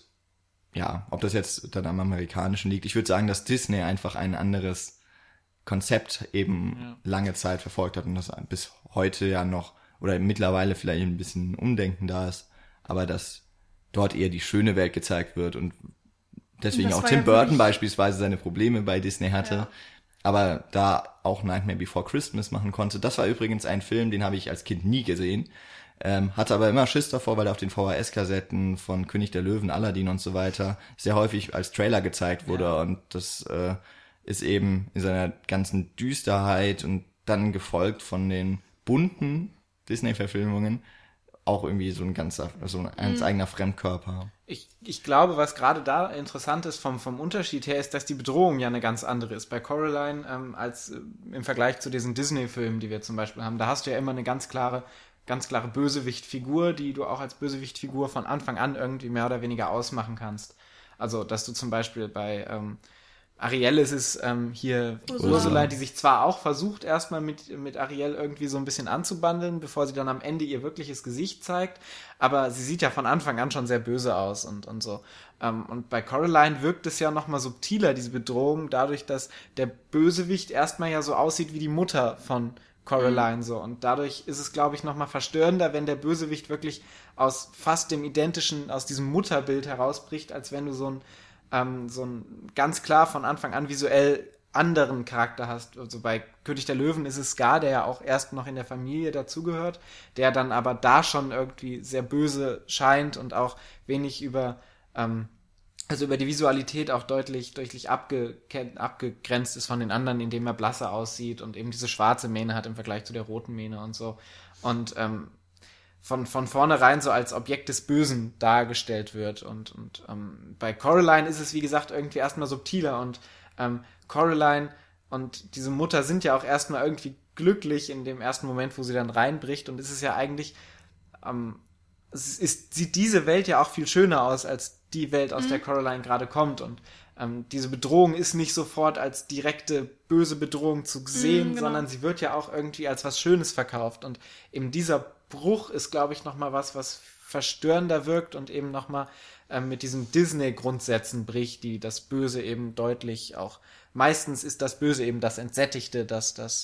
ja, ob das jetzt dann am Amerikanischen liegt, ich würde sagen, dass Disney einfach ein anderes Konzept eben ja. lange Zeit verfolgt hat und das bis heute ja noch, oder mittlerweile vielleicht ein bisschen Umdenken da ist, aber dass dort eher die schöne Welt gezeigt wird und deswegen auch Tim ja Burton beispielsweise seine Probleme bei Disney hatte, ja. aber da auch Nightmare Before Christmas machen konnte. Das war übrigens ein Film, den habe ich als Kind nie gesehen, ähm, hatte aber immer Schiss davor, weil er auf den V H S-Kassetten von König der Löwen, Aladdin und so weiter sehr häufig als Trailer gezeigt wurde ja. und das äh, ist eben in seiner ganzen Düsterheit und dann gefolgt von den bunten Disney-Verfilmungen auch irgendwie so ein ganzer, so ein ganz mhm. eigener Fremdkörper. Ich, ich glaube, was gerade da interessant ist vom, vom Unterschied her, ist, dass die Bedrohung ja eine ganz andere ist. Bei Coraline ähm, als äh, im Vergleich zu diesen Disney-Filmen, die wir zum Beispiel haben. Da hast du ja immer eine ganz klare, ganz klare Bösewicht-Figur, die du auch als Bösewicht-Figur von Anfang an irgendwie mehr oder weniger ausmachen kannst. Also, dass du zum Beispiel bei ähm, Ariel ist es ähm, hier Ursula. Ursula, die sich zwar auch versucht, erstmal mit, mit Ariel irgendwie so ein bisschen anzubandeln, bevor sie dann am Ende ihr wirkliches Gesicht zeigt, aber sie sieht ja von Anfang an schon sehr böse aus und, und so. Ähm, und bei Coraline wirkt es ja nochmal subtiler, diese Bedrohung, dadurch, dass der Bösewicht erstmal ja so aussieht wie die Mutter von Coraline, mhm. so. Und dadurch ist es, glaube ich, nochmal verstörender, wenn der Bösewicht wirklich aus fast dem identischen, aus diesem Mutterbild herausbricht, als wenn du so ein Ähm, so ein ganz klar von Anfang an visuell anderen Charakter hast. Also bei König der Löwen ist es Scar, der ja auch erst noch in der Familie dazugehört, der dann aber da schon irgendwie sehr böse scheint und auch wenig über, ähm, also über die Visualität auch deutlich, deutlich abge- abgegrenzt ist von den anderen, indem er blasser aussieht und eben diese schwarze Mähne hat im Vergleich zu der roten Mähne und so. Und ähm, von von vornherein so als Objekt des Bösen dargestellt wird. Und, und ähm, bei Coraline ist es, wie gesagt, irgendwie erstmal subtiler. Und ähm, Coraline und diese Mutter sind ja auch erstmal irgendwie glücklich in dem ersten Moment, wo sie dann reinbricht. Und es ist ja eigentlich, ähm, es ist, sieht diese Welt ja auch viel schöner aus, als die Welt, aus mhm. der Coraline gerade kommt. Und ähm, diese Bedrohung ist nicht sofort als direkte böse Bedrohung zu sehen, mhm, genau. sondern sie wird ja auch irgendwie als was Schönes verkauft. Und eben dieser Bruch ist, glaube ich, nochmal was, was verstörender wirkt und eben nochmal ähm, mit diesen Disney-Grundsätzen bricht, die das Böse eben deutlich auch, meistens ist das Böse eben das Entsättigte, das, das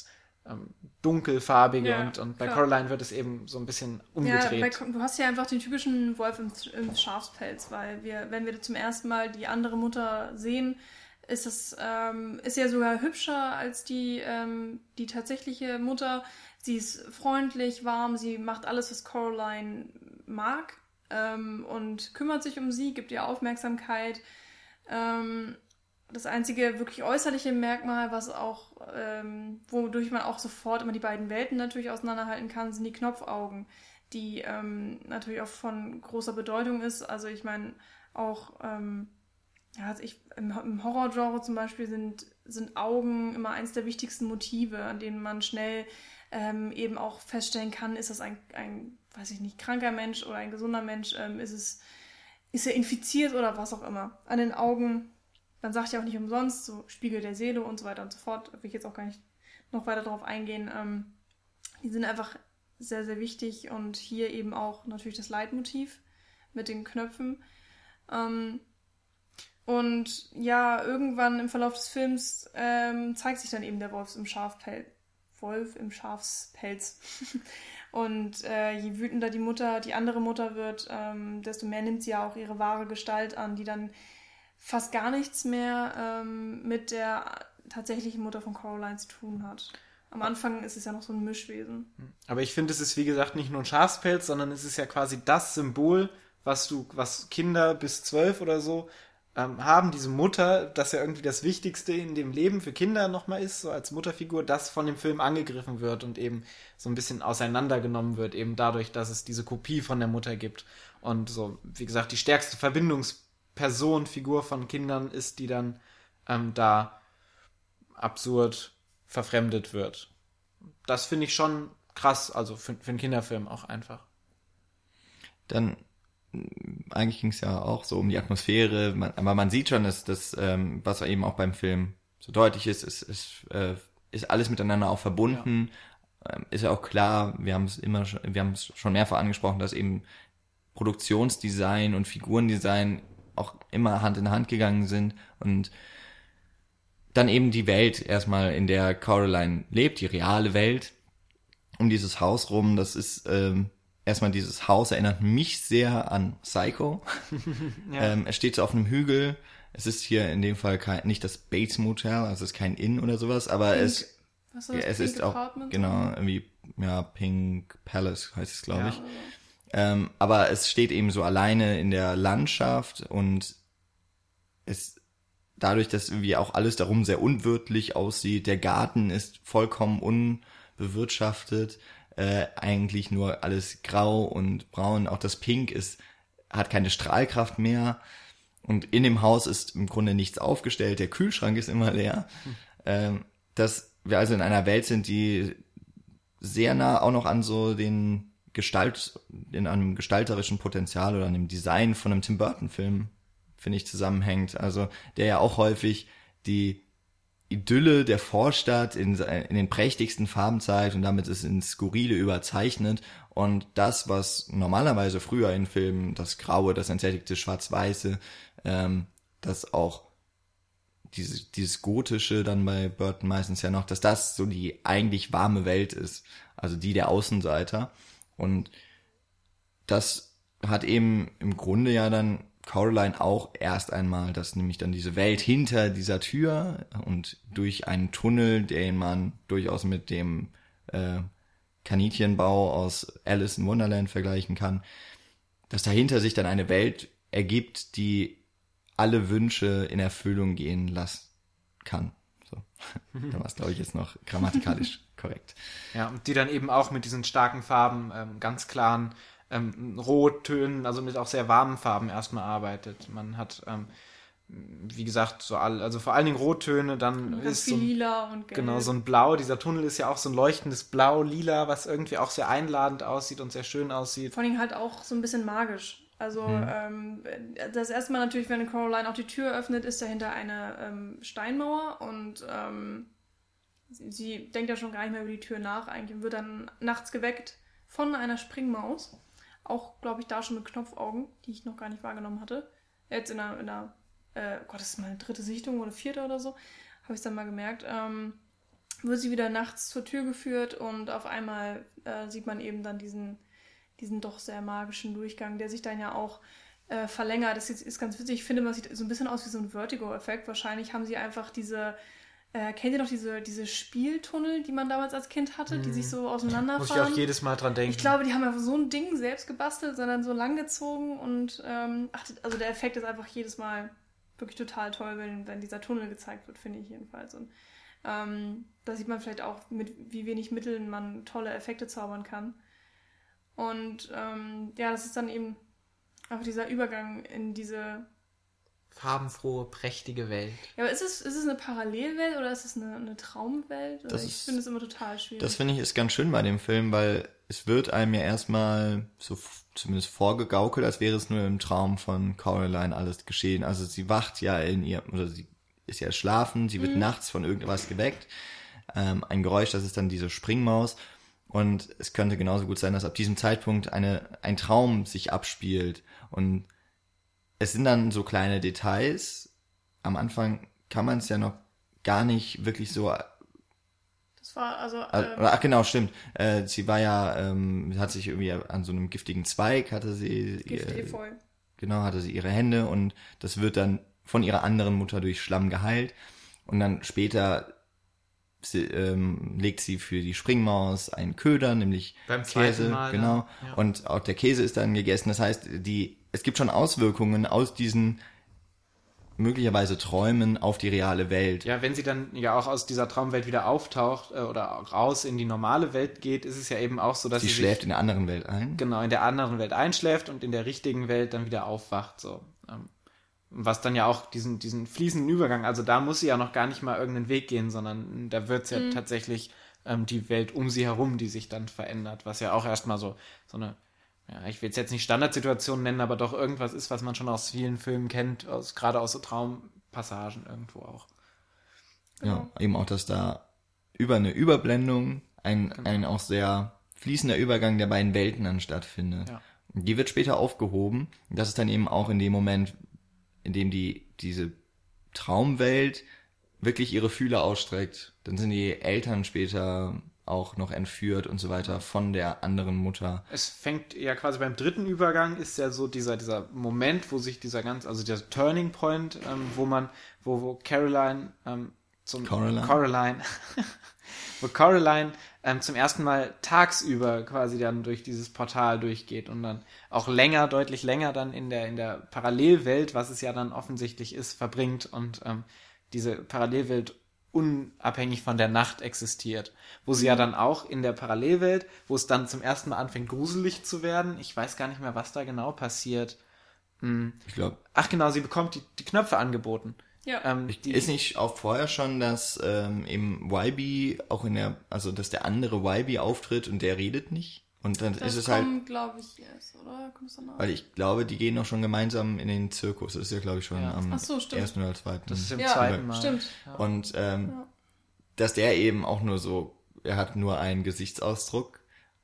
ähm, dunkelfarbige Ja, und, und bei klar. Coraline wird es eben so ein bisschen umgedreht. Ja, bei, du hast ja einfach den typischen Wolf im, im Schafspelz, weil wir, wenn wir zum ersten Mal die andere Mutter sehen, ist es ähm, ist ja sogar hübscher als die, ähm, die tatsächliche Mutter. Sie ist freundlich, warm, sie macht alles, was Coraline mag ähm, und kümmert sich um sie, gibt ihr Aufmerksamkeit. Ähm, das einzige wirklich äußerliche Merkmal, was auch, ähm, wodurch man auch sofort immer die beiden Welten natürlich auseinanderhalten kann, sind die Knopfaugen, die ähm, natürlich auch von großer Bedeutung ist. Also ich meine, auch ähm, ja, also ich, im, im Horrorgenre zum Beispiel sind, sind Augen immer eines der wichtigsten Motive, an denen man schnell ähm, eben auch feststellen kann, ist das ein, ein, weiß ich nicht, kranker Mensch oder ein gesunder Mensch, ähm, ist es, ist er infiziert oder was auch immer. An den Augen, man sagt ja auch nicht umsonst, so Spiegel der Seele und so weiter und so fort, will ich jetzt auch gar nicht noch weiter darauf eingehen. Ähm, die sind einfach sehr, sehr wichtig und hier eben auch natürlich das Leitmotiv mit den Knöpfen. Ähm, und ja, irgendwann im Verlauf des Films ähm, zeigt sich dann eben der Wolf im Schafpelz. Wolf im Schafspelz. Und äh, je wütender die Mutter, die andere Mutter wird, ähm, desto mehr nimmt sie ja auch ihre wahre Gestalt an, die dann fast gar nichts mehr ähm, mit der tatsächlichen Mutter von Coraline zu tun hat. Am Anfang ist es ja noch so ein Mischwesen. Aber ich finde, es ist wie gesagt nicht nur ein Schafspelz, sondern es ist ja quasi das Symbol, was du, was Kinder bis zwölf oder so ähm, haben, diese Mutter, das ja irgendwie das Wichtigste in dem Leben für Kinder nochmal ist, so als Mutterfigur, das von dem Film angegriffen wird und eben so ein bisschen auseinandergenommen wird, eben dadurch, dass es diese Kopie von der Mutter gibt. Und so, wie gesagt, die stärkste Verbindungsperson, Figur von Kindern ist, die dann ähm, da absurd verfremdet wird. Das finde ich schon krass, also für, für einen Kinderfilm auch einfach. Dann, eigentlich ging es ja auch so um die Atmosphäre, man, aber man sieht schon, dass das, ähm, was eben auch beim Film so deutlich ist, ist, ist, äh, ist alles miteinander auch verbunden. Ja. Ähm, ist ja auch klar, wir haben es immer schon, wir haben es schon mehrfach angesprochen, dass eben Produktionsdesign und Figurendesign auch immer Hand in Hand gegangen sind und dann eben die Welt erstmal, in der Coraline lebt, die reale Welt, um dieses Haus rum. Das ist ähm, erstmal dieses Haus erinnert mich sehr an Psycho. Ja. ähm, es steht so auf einem Hügel. Es ist hier in dem Fall kein, nicht das Bates Motel, also es ist kein Inn oder sowas, aber Pink, es, was ist, ja, es ist auch Apartment genau irgendwie ja Pink Palace heißt es, glaube ja, ich. Also. Ähm, aber es steht eben so alleine in der Landschaft und es dadurch, dass irgendwie auch alles darum sehr unwirtlich aussieht, der Garten ist vollkommen unbewirtschaftet, äh, eigentlich nur alles grau und braun, auch das Pink ist, hat keine Strahlkraft mehr und in dem Haus ist im Grunde nichts aufgestellt, der Kühlschrank ist immer leer, hm. ähm, dass wir also in einer Welt sind, die sehr nah auch noch an so den Gestalt, in einem gestalterischen Potenzial oder an dem Design von einem Tim Burton Film finde ich, zusammenhängt. Also der ja auch häufig die Idylle der Vorstadt in, in den prächtigsten Farben zeigt und damit ist ins Skurrile überzeichnet. Und das, was normalerweise früher in Filmen, das Graue, das entsättigte Schwarz-Weiße, ähm, das auch diese, dieses Gotische dann bei Burton meistens ja noch, dass das so die eigentlich warme Welt ist. Also die der Außenseiter. Und das hat eben im Grunde ja dann Coraline auch erst einmal, dass nämlich dann diese Welt hinter dieser Tür und durch einen Tunnel, den man durchaus mit dem äh, Kaninchenbau aus Alice in Wonderland vergleichen kann, dass dahinter sich dann eine Welt ergibt, die alle Wünsche in Erfüllung gehen lassen kann. So. Da war es, glaube ich, jetzt noch grammatikalisch korrekt. Ja, und die dann eben auch mit diesen starken Farben, ähm, ganz klaren Ähm, Rottönen, also mit auch sehr warmen Farben erstmal arbeitet. Man hat, ähm, wie gesagt, so all, also vor allen Dingen Rottöne, dann und ist viel so ein, lila und gelb. Genau, so ein Blau. Dieser Tunnel ist ja auch so ein leuchtendes Blau, lila, was irgendwie auch sehr einladend aussieht und sehr schön aussieht. Vor allem halt auch so ein bisschen magisch. Also hm. ähm, das erste Mal natürlich, wenn Coraline auch die Tür öffnet, ist dahinter eine ähm, Steinmauer und ähm, sie, sie denkt ja schon gar nicht mehr über die Tür nach. Eigentlich wird dann nachts geweckt von einer Springmaus. Auch, glaube ich, da schon mit Knopfaugen, die ich noch gar nicht wahrgenommen hatte. Jetzt in einer, in einer äh, Gott, das ist meine dritte Sichtung oder vierte oder so, habe ich es dann mal gemerkt. Ähm, wird sie wieder nachts zur Tür geführt und auf einmal äh, sieht man eben dann diesen, diesen doch sehr magischen Durchgang, der sich dann ja auch äh, verlängert. Das ist, ist ganz witzig. Ich finde, man sieht so ein bisschen aus wie so ein Vertigo-Effekt. Wahrscheinlich haben sie einfach diese, äh, kennt ihr noch diese, diese Spieltunnel, die man damals als Kind hatte, die sich so auseinanderfahren? Muss ich auch jedes Mal dran denken. Ich glaube, die haben einfach so ein Ding selbst gebastelt, sondern so langgezogen und ähm, ach, also der Effekt ist einfach jedes Mal wirklich total toll, wenn, wenn dieser Tunnel gezeigt wird, finde ich jedenfalls. Und ähm, da sieht man vielleicht auch, mit wie wenig Mitteln man tolle Effekte zaubern kann. Und ähm, ja, das ist dann eben einfach dieser Übergang in diese farbenfrohe, prächtige Welt. Ja, aber ist es, ist es eine Parallelwelt oder ist es eine, eine Traumwelt? Das ich ist, finde es immer total schwierig. Das finde ich ist ganz schön bei dem Film, weil es wird einem ja erstmal so f- zumindest vorgegaukelt, als wäre es nur im Traum von Coraline alles geschehen. Also sie wacht ja in ihr, oder sie ist ja schlafen, sie wird mhm. nachts von irgendwas geweckt. Ähm, ein Geräusch, das ist dann diese Springmaus. Und es könnte genauso gut sein, dass ab diesem Zeitpunkt eine, ein Traum sich abspielt. Und es sind dann so kleine Details. Am Anfang kann man es ja noch gar nicht wirklich so... Das war also... Ähm, ach genau, stimmt. Äh, sie war ja, ähm, hat sich irgendwie an so einem giftigen Zweig, hatte sie... Giftefeu. Ihr, genau, hatte sie ihre Hände und das wird dann von ihrer anderen Mutter durch Schlamm geheilt. Und dann später... Sie, ähm, legt sie für die Springmaus einen Köder, nämlich Beim Käse, Mal, genau. Ja. Und auch der Käse ist dann gegessen. Das heißt, die es gibt schon Auswirkungen aus diesen möglicherweise Träumen auf die reale Welt. Ja, wenn sie dann ja auch aus dieser Traumwelt wieder auftaucht äh, oder raus in die normale Welt geht, ist es ja eben auch so, dass sie, sie schläft sich, in der anderen Welt ein. Genau, in der anderen Welt einschläft und in der richtigen Welt dann wieder aufwacht. So. Ähm, Was dann ja auch diesen, diesen fließenden Übergang, also da muss sie ja noch gar nicht mal irgendeinen Weg gehen, sondern da wird es ja mhm. tatsächlich ähm, die Welt um sie herum, die sich dann verändert, was ja auch erstmal so, so eine, ja, ich will es jetzt nicht Standardsituation nennen, aber doch irgendwas ist, was man schon aus vielen Filmen kennt, aus, gerade aus so Traumpassagen irgendwo auch. Ja, eben auch, dass da über eine Überblendung ein, genau. ein auch sehr fließender Übergang der beiden Welten dann stattfindet. Ja. Die wird später aufgehoben. Das ist dann eben auch in dem Moment, in dem die diese Traumwelt wirklich ihre Fühler ausstreckt. Dann sind die Eltern später auch noch entführt und so weiter von der anderen Mutter. Es fängt ja quasi beim dritten Übergang ist ja so dieser dieser Moment, wo sich dieser ganz, also dieser Turning Point, ähm, wo man, wo wo Caroline ähm, zum Coraline, Coraline wo Coraline ähm, zum ersten Mal tagsüber quasi dann durch dieses Portal durchgeht und dann auch länger, deutlich länger dann in der in der Parallelwelt, was es ja dann offensichtlich ist, verbringt und ähm, diese Parallelwelt unabhängig von der Nacht existiert. Wo sie ja dann auch in der Parallelwelt, wo es dann zum ersten Mal anfängt gruselig zu werden, ich weiß gar nicht mehr, was da genau passiert. Hm. Ich glaube. Ach genau, sie bekommt die, die Knöpfe angeboten. Ja. Ähm, die, ist nicht auch vorher schon, dass ähm, eben Y B auch in der, also dass der andere Y B auftritt und der redet nicht? Und dann das ist es halt. Das glaube ich, yes, oder? Kommst du noch? Weil ich glaube, die gehen auch schon gemeinsam in den Zirkus. Das ist ja, glaube ich, schon ja. am Ach so, stimmt. ersten oder zweiten. Das ist im ja, zweiten Mal. Stimmt. Ja. Und ähm, Ja. dass der eben auch nur so, er hat nur einen Gesichtsausdruck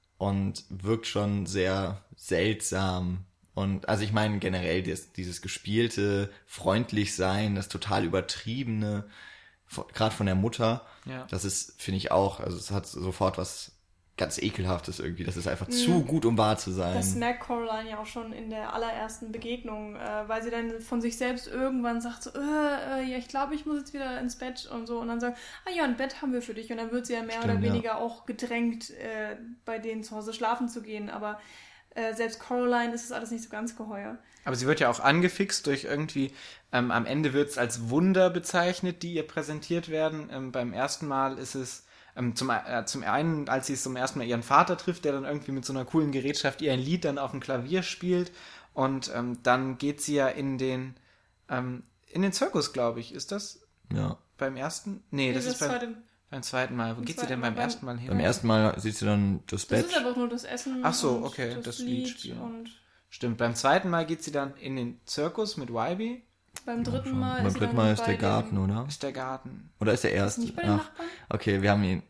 und wirkt schon sehr seltsam. Und also ich meine generell das, dieses gespielte, freundlich sein, das total übertriebene, gerade von der Mutter, Ja. das ist, finde ich auch, also es hat sofort was ganz Ekelhaftes irgendwie. Das ist einfach Mhm. zu gut, um wahr zu sein. Das merkt Coraline ja auch schon in der allerersten Begegnung, äh, weil sie dann von sich selbst irgendwann sagt so, äh, äh, ja, ich glaube, ich muss jetzt wieder ins Bett und so. Und dann sagt, ah ja, ein Bett haben wir für dich. Und dann wird sie ja mehr Stimmt, oder ja. weniger auch gedrängt, äh, bei denen zu Hause schlafen zu gehen. Aber äh, selbst Coraline ist das alles nicht so ganz geheuer. Aber sie wird ja auch angefixt durch irgendwie, ähm, am Ende wird es als Wunder bezeichnet, die ihr präsentiert werden. Ähm, beim ersten Mal ist es ähm, zum, äh, zum einen, als sie es zum ersten Mal ihren Vater trifft, der dann irgendwie mit so einer coolen Gerätschaft ihr ein Lied dann auf dem Klavier spielt. Und ähm, dann geht sie ja in den, ähm, in den Zirkus, glaube ich. Ist das Ja. beim ersten? Nee, das, das ist beim, zweite, beim zweiten Mal. Wo Beim geht sie denn zweiten beim Mal, ersten Mal hin? Beim ersten Mal sieht sie dann das das Bett. ist einfach nur das Essen. Ach so, und okay, das, das Lied. Lied spielen. Und Stimmt, beim zweiten Mal geht sie dann in den Zirkus mit Y B. beim dritten Mal Beim ist sie dritten dann Mal ist bei der den- Garten, oder? Ist der Garten. Oder ist der Ist erste? nicht bei den Ach, Nachbarn? okay, wir haben ihn.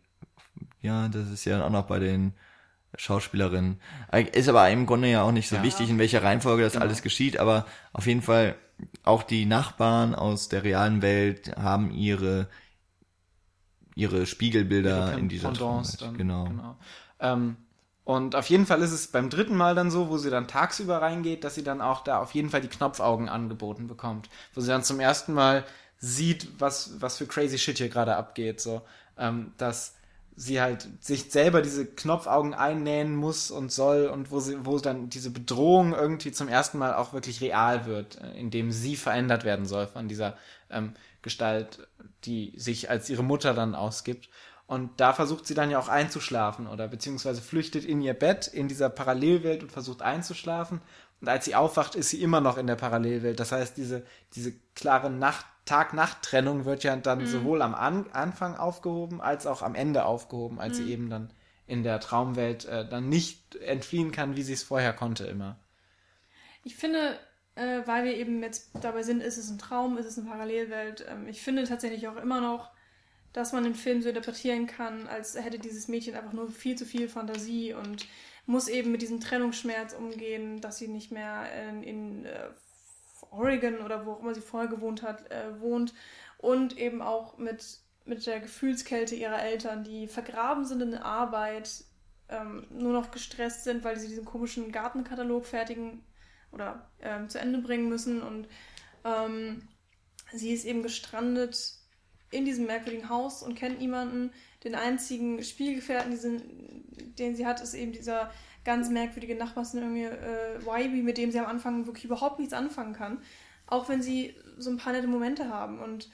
Ja, das ist ja auch noch bei den Schauspielerinnen. Ist aber im Grunde ja auch nicht so Ja. wichtig, in welcher Reihenfolge das Genau. alles geschieht, aber auf jeden Fall auch die Nachbarn aus der realen Welt haben ihre ihre Spiegelbilder ihre in dieser Pendants Traumwelt. Dann, Genau. genau. Ähm, und auf jeden Fall ist es beim dritten Mal dann so, wo sie dann tagsüber reingeht, dass sie dann auch da auf jeden Fall die Knopfaugen angeboten bekommt. Wo sie dann zum ersten Mal sieht, was, was für crazy shit hier gerade abgeht. So, ähm, dass sie halt sich selber diese Knopfaugen einnähen muss und soll und wo sie, wo dann diese Bedrohung irgendwie zum ersten Mal auch wirklich real wird, indem sie verändert werden soll von dieser ähm, Gestalt, die sich als ihre Mutter dann ausgibt. Und da versucht sie dann ja auch einzuschlafen oder beziehungsweise flüchtet in ihr Bett in dieser Parallelwelt und versucht einzuschlafen. Und als sie aufwacht, ist sie immer noch in der Parallelwelt. Das heißt, diese, diese klare Nacht, Tag-Nacht-Trennung wird ja dann mhm. sowohl am An- Anfang aufgehoben, als auch am Ende aufgehoben, als mhm. sie eben dann in der Traumwelt äh, dann nicht entfliehen kann, wie sie es vorher konnte immer. Ich finde, äh, weil wir eben jetzt dabei sind, ist es ein Traum, ist es eine Parallelwelt, ähm, ich finde tatsächlich auch immer noch, dass man den Film so interpretieren kann, als hätte dieses Mädchen einfach nur viel zu viel Fantasie und muss eben mit diesem Trennungsschmerz umgehen, dass sie nicht mehr in, in äh, Oregon oder wo auch immer sie vorher gewohnt hat, äh, wohnt und eben auch mit, mit der Gefühlskälte ihrer Eltern, die vergraben sind in der Arbeit, ähm, nur noch gestresst sind, weil sie diesen komischen Gartenkatalog fertigen oder ähm, zu Ende bringen müssen und ähm, sie ist eben gestrandet in diesem merkwürdigen Haus und kennt niemanden. Den einzigen Spielgefährten, diesen, den sie hat, ist eben dieser ganz merkwürdige Nachbarssohn irgendwie äh, Wybie, mit dem sie am Anfang wirklich überhaupt nichts anfangen kann. Auch wenn sie so ein paar nette Momente haben. Und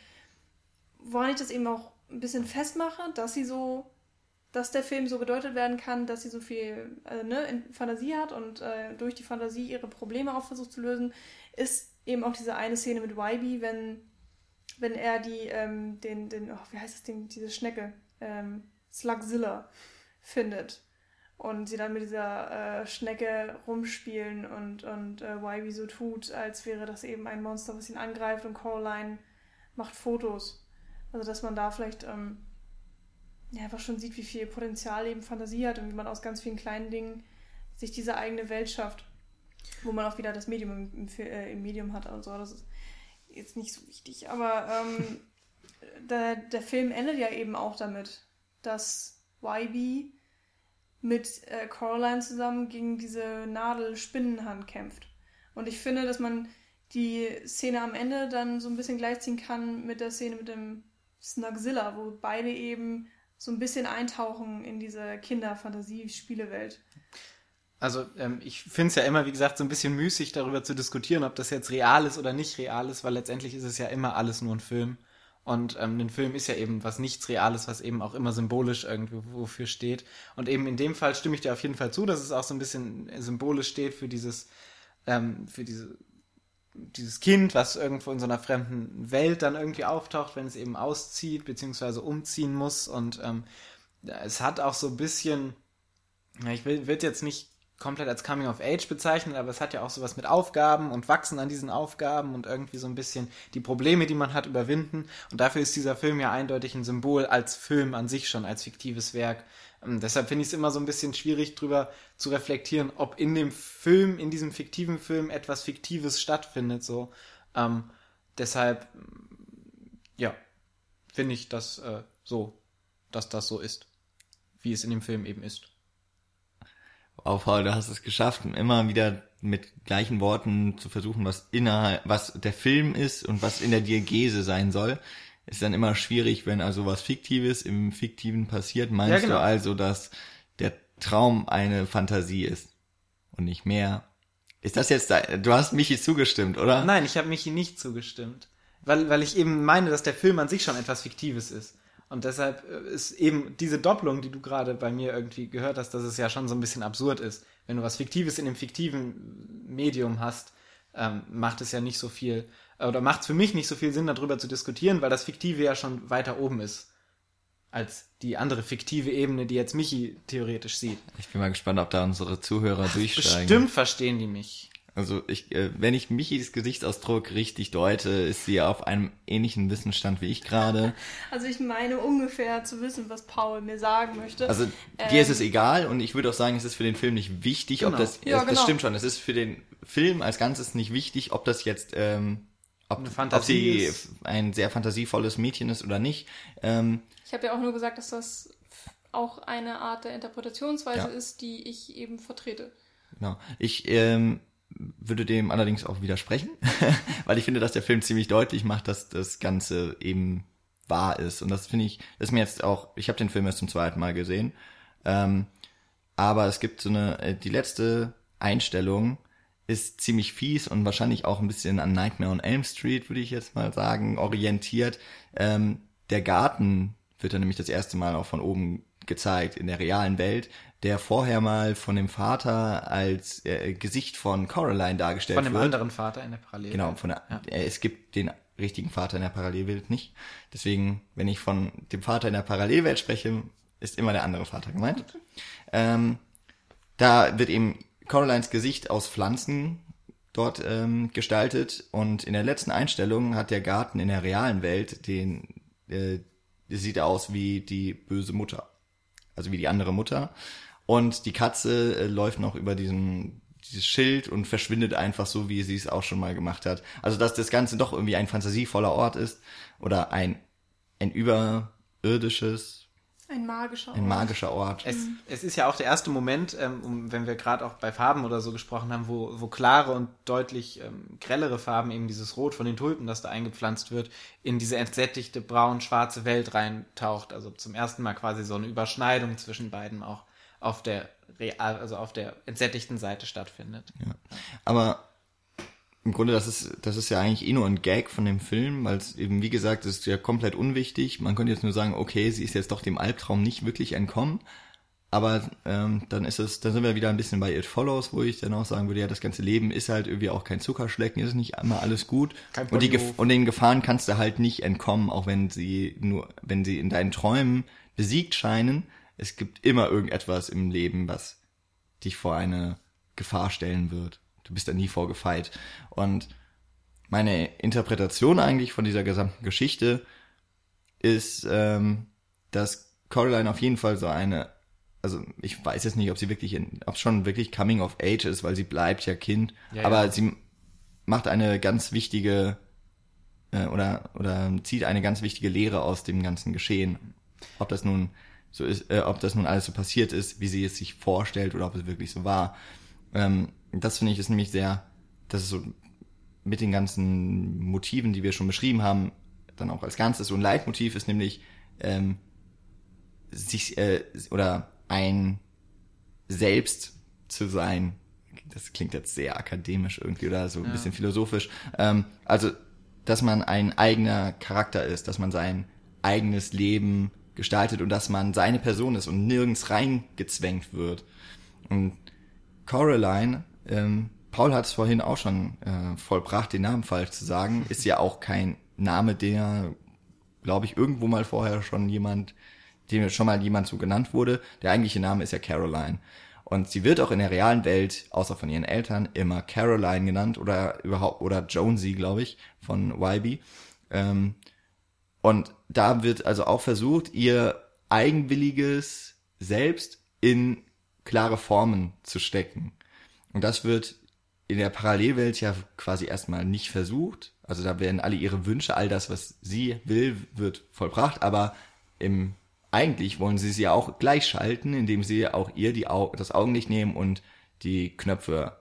woran ich das eben auch ein bisschen festmache, dass sie so, dass der Film so gedeutet werden kann, dass sie so viel äh, ne, Fantasie hat und äh, durch die Fantasie ihre Probleme auch versucht zu lösen, ist eben auch diese eine Szene mit Wybie, wenn wenn er die, ähm, den, den, oh, wie heißt das Ding, diese Schnecke, ähm, Slugzilla findet und sie dann mit dieser äh, Schnecke rumspielen und, und äh, Wybie so tut, als wäre das eben ein Monster, was ihn angreift und Coraline macht Fotos. Also, dass man da vielleicht ähm, ja, einfach schon sieht, wie viel Potenzial eben Fantasie hat und wie man aus ganz vielen kleinen Dingen sich diese eigene Welt schafft, wo man auch wieder das Medium im, im, äh, im Medium hat und so. Das ist jetzt nicht so wichtig, aber ähm, der, der Film endet ja eben auch damit, dass Wybie mit äh, Coraline zusammen gegen diese Nadel-Spinnenhand kämpft. Und ich finde, dass man die Szene am Ende dann so ein bisschen gleichziehen kann mit der Szene mit dem Snugzilla, wo beide eben so ein bisschen eintauchen in diese Kinder-Fantasie-Spielewelt. Also ähm, ich finde es ja immer, wie gesagt, so ein bisschen müßig darüber zu diskutieren, ob das jetzt real ist oder nicht real ist, weil letztendlich ist es ja immer alles nur ein Film. Und ähm, ein Film ist ja eben was nichts Reales, was eben auch immer symbolisch irgendwie wofür steht. Und eben in dem Fall stimme ich dir auf jeden Fall zu, dass es auch so ein bisschen symbolisch steht für dieses, ähm, für diese, dieses Kind, was irgendwo in so einer fremden Welt dann irgendwie auftaucht, wenn es eben auszieht, beziehungsweise umziehen muss. Und ähm, es hat auch so ein bisschen, ja, ich will, will jetzt nicht komplett als Coming of Age bezeichnet, aber es hat ja auch sowas mit Aufgaben und Wachsen an diesen Aufgaben und irgendwie so ein bisschen die Probleme, die man hat, überwinden. Und dafür ist dieser Film ja eindeutig ein Symbol als Film an sich schon, als fiktives Werk. Ähm, deshalb finde ich es immer so ein bisschen schwierig, drüber zu reflektieren, ob in dem Film, in diesem fiktiven Film etwas Fiktives stattfindet. So. Ähm, deshalb, ja, finde ich das äh, so, dass das so ist, wie es in dem Film eben ist. Wow, Paul, du hast es geschafft, immer wieder mit gleichen Worten zu versuchen, was innerhalb, was der Film ist und was in der Diegese sein soll. Ist dann immer schwierig, wenn also was Fiktives im Fiktiven passiert. Meinst ja, genau. du also, dass der Traum eine Fantasie ist und nicht mehr? Ist das jetzt, da, du hast Michi zugestimmt, oder? Nein, ich habe Michi nicht zugestimmt. Weil, weil ich eben meine, dass der Film an sich schon etwas Fiktives ist. Und deshalb ist eben diese Doppelung, die du gerade bei mir irgendwie gehört hast, dass es ja schon so ein bisschen absurd ist. Wenn du was Fiktives in einem fiktiven Medium hast, ähm, macht es ja nicht so viel, oder macht es für mich nicht so viel Sinn, darüber zu diskutieren, weil das Fiktive ja schon weiter oben ist als die andere fiktive Ebene, die jetzt Michi theoretisch sieht. Ich bin mal gespannt, ob da unsere Zuhörer Ach, durchsteigen. Bestimmt verstehen die mich. Also ich, äh, wenn ich Michis Gesichtsausdruck richtig deute, ist sie auf einem ähnlichen Wissensstand wie ich gerade. Also ich meine ungefähr zu wissen, was Paul mir sagen möchte. Also ähm, dir ist es egal und ich würde auch sagen, es ist für den Film nicht wichtig, genau. ob das, ja, es, genau. das stimmt schon, es ist für den Film als Ganzes nicht wichtig, ob das jetzt ähm, ob, Eine ob Fantasie sie ist. ein sehr fantasievolles Mädchen ist oder nicht. Ähm, Ich habe ja auch nur gesagt, dass das auch eine Art der Interpretationsweise Ja. ist, die ich eben vertrete. Genau. Ich ähm, würde dem allerdings auch widersprechen, weil ich finde, dass der Film ziemlich deutlich macht, dass das Ganze eben wahr ist. Und das finde ich, das ist mir jetzt auch, ich habe den Film erst zum zweiten Mal gesehen, ähm, aber es gibt so eine, äh, die letzte Einstellung ist ziemlich fies und wahrscheinlich auch ein bisschen an Nightmare on Elm Street, würde ich jetzt mal sagen, orientiert. Ähm, der Garten wird dann nämlich das erste Mal auch von oben gezeigt in der realen Welt, der vorher mal von dem Vater als äh, Gesicht von Coraline dargestellt Von dem wird. anderen Vater in der Parallelwelt. Genau, von der, Ja. äh, es gibt den richtigen Vater in der Parallelwelt nicht. Deswegen, wenn ich von dem Vater in der Parallelwelt spreche, ist immer der andere Vater gemeint. Ähm, da wird eben Coralines Gesicht aus Pflanzen dort ähm, gestaltet und in der letzten Einstellung hat der Garten in der realen Welt den, äh, sieht aus wie die böse Mutter. Also wie die andere Mutter. Und die Katze äh, läuft noch über diesen dieses Schild und verschwindet einfach so, wie sie es auch schon mal gemacht hat. Also dass das Ganze doch irgendwie ein fantasievoller Ort ist oder ein ein überirdisches, Ein magischer ein Ort. magischer Ort. Es, es ist ja auch der erste Moment, ähm, um, wenn wir gerade auch bei Farben oder so gesprochen haben, wo, wo klare und deutlich ähm, grellere Farben, eben dieses Rot von den Tulpen, das da eingepflanzt wird, in diese entsättigte braun-schwarze Welt reintaucht. Also zum ersten Mal quasi so eine Überschneidung zwischen beiden auch auf der real, also auf der entsättigten Seite stattfindet. Ja. Aber im Grunde, das ist, das ist ja eigentlich eh nur ein Gag von dem Film, weil es eben, wie gesagt, ist ja komplett unwichtig. Man könnte jetzt nur sagen, okay, sie ist jetzt doch dem Albtraum nicht wirklich entkommen. Aber ähm, dann ist es, dann sind wir wieder ein bisschen bei It Follows, wo ich dann auch sagen würde, ja, das ganze Leben ist halt irgendwie auch kein Zuckerschlecken, ist nicht immer alles gut. Kein und, die Ponyhof. Gef- und den Gefahren kannst du halt nicht entkommen, auch wenn sie nur, wenn sie in deinen Träumen besiegt scheinen. Es gibt immer irgendetwas im Leben, was dich vor eine Gefahr stellen wird. Du bist da nie vorgefeit. Und meine Interpretation eigentlich von dieser gesamten Geschichte ist, ähm, dass Coraline auf jeden Fall so eine, also ich weiß jetzt nicht, ob sie wirklich, in, ob es schon wirklich Coming of Age ist, weil sie bleibt ja Kind, Ja, aber ja. sie macht eine ganz wichtige äh, oder oder zieht eine ganz wichtige Lehre aus dem ganzen Geschehen. Ob das nun so ist, äh, ob das nun alles so passiert ist, wie sie es sich vorstellt oder ob es wirklich so war. Ähm, das finde ich ist nämlich sehr, das ist so mit den ganzen Motiven, die wir schon beschrieben haben, dann auch als Ganzes so ein Leitmotiv ist nämlich ähm, sich äh, oder ein Selbst zu sein. Das klingt jetzt sehr akademisch irgendwie oder so ein Ja. bisschen philosophisch. Ähm, also, dass man ein eigener Charakter ist, dass man sein eigenes Leben gestaltet und dass man seine Person ist und nirgends reingezwängt wird. Und Coraline, ähm, Paul hat es vorhin auch schon äh, vollbracht, den Namen falsch zu sagen, ist ja auch kein Name, der, glaube ich, irgendwo mal vorher schon jemand, dem schon mal jemand so genannt wurde. Der eigentliche Name ist ja Caroline. Und sie wird auch in der realen Welt, außer von ihren Eltern, immer Caroline genannt oder überhaupt, oder Jonesy, glaube ich, von Wybie. Ähm, und da wird also auch versucht, ihr eigenwilliges Selbst in klare Formen zu stecken. Und das wird in der Parallelwelt ja quasi erstmal nicht versucht. Also da werden alle ihre Wünsche, all das, was sie will, wird vollbracht. Aber im eigentlich wollen sie sie ja auch gleichschalten, indem sie auch ihr die Au- das Augenlicht nehmen und die Knöpfe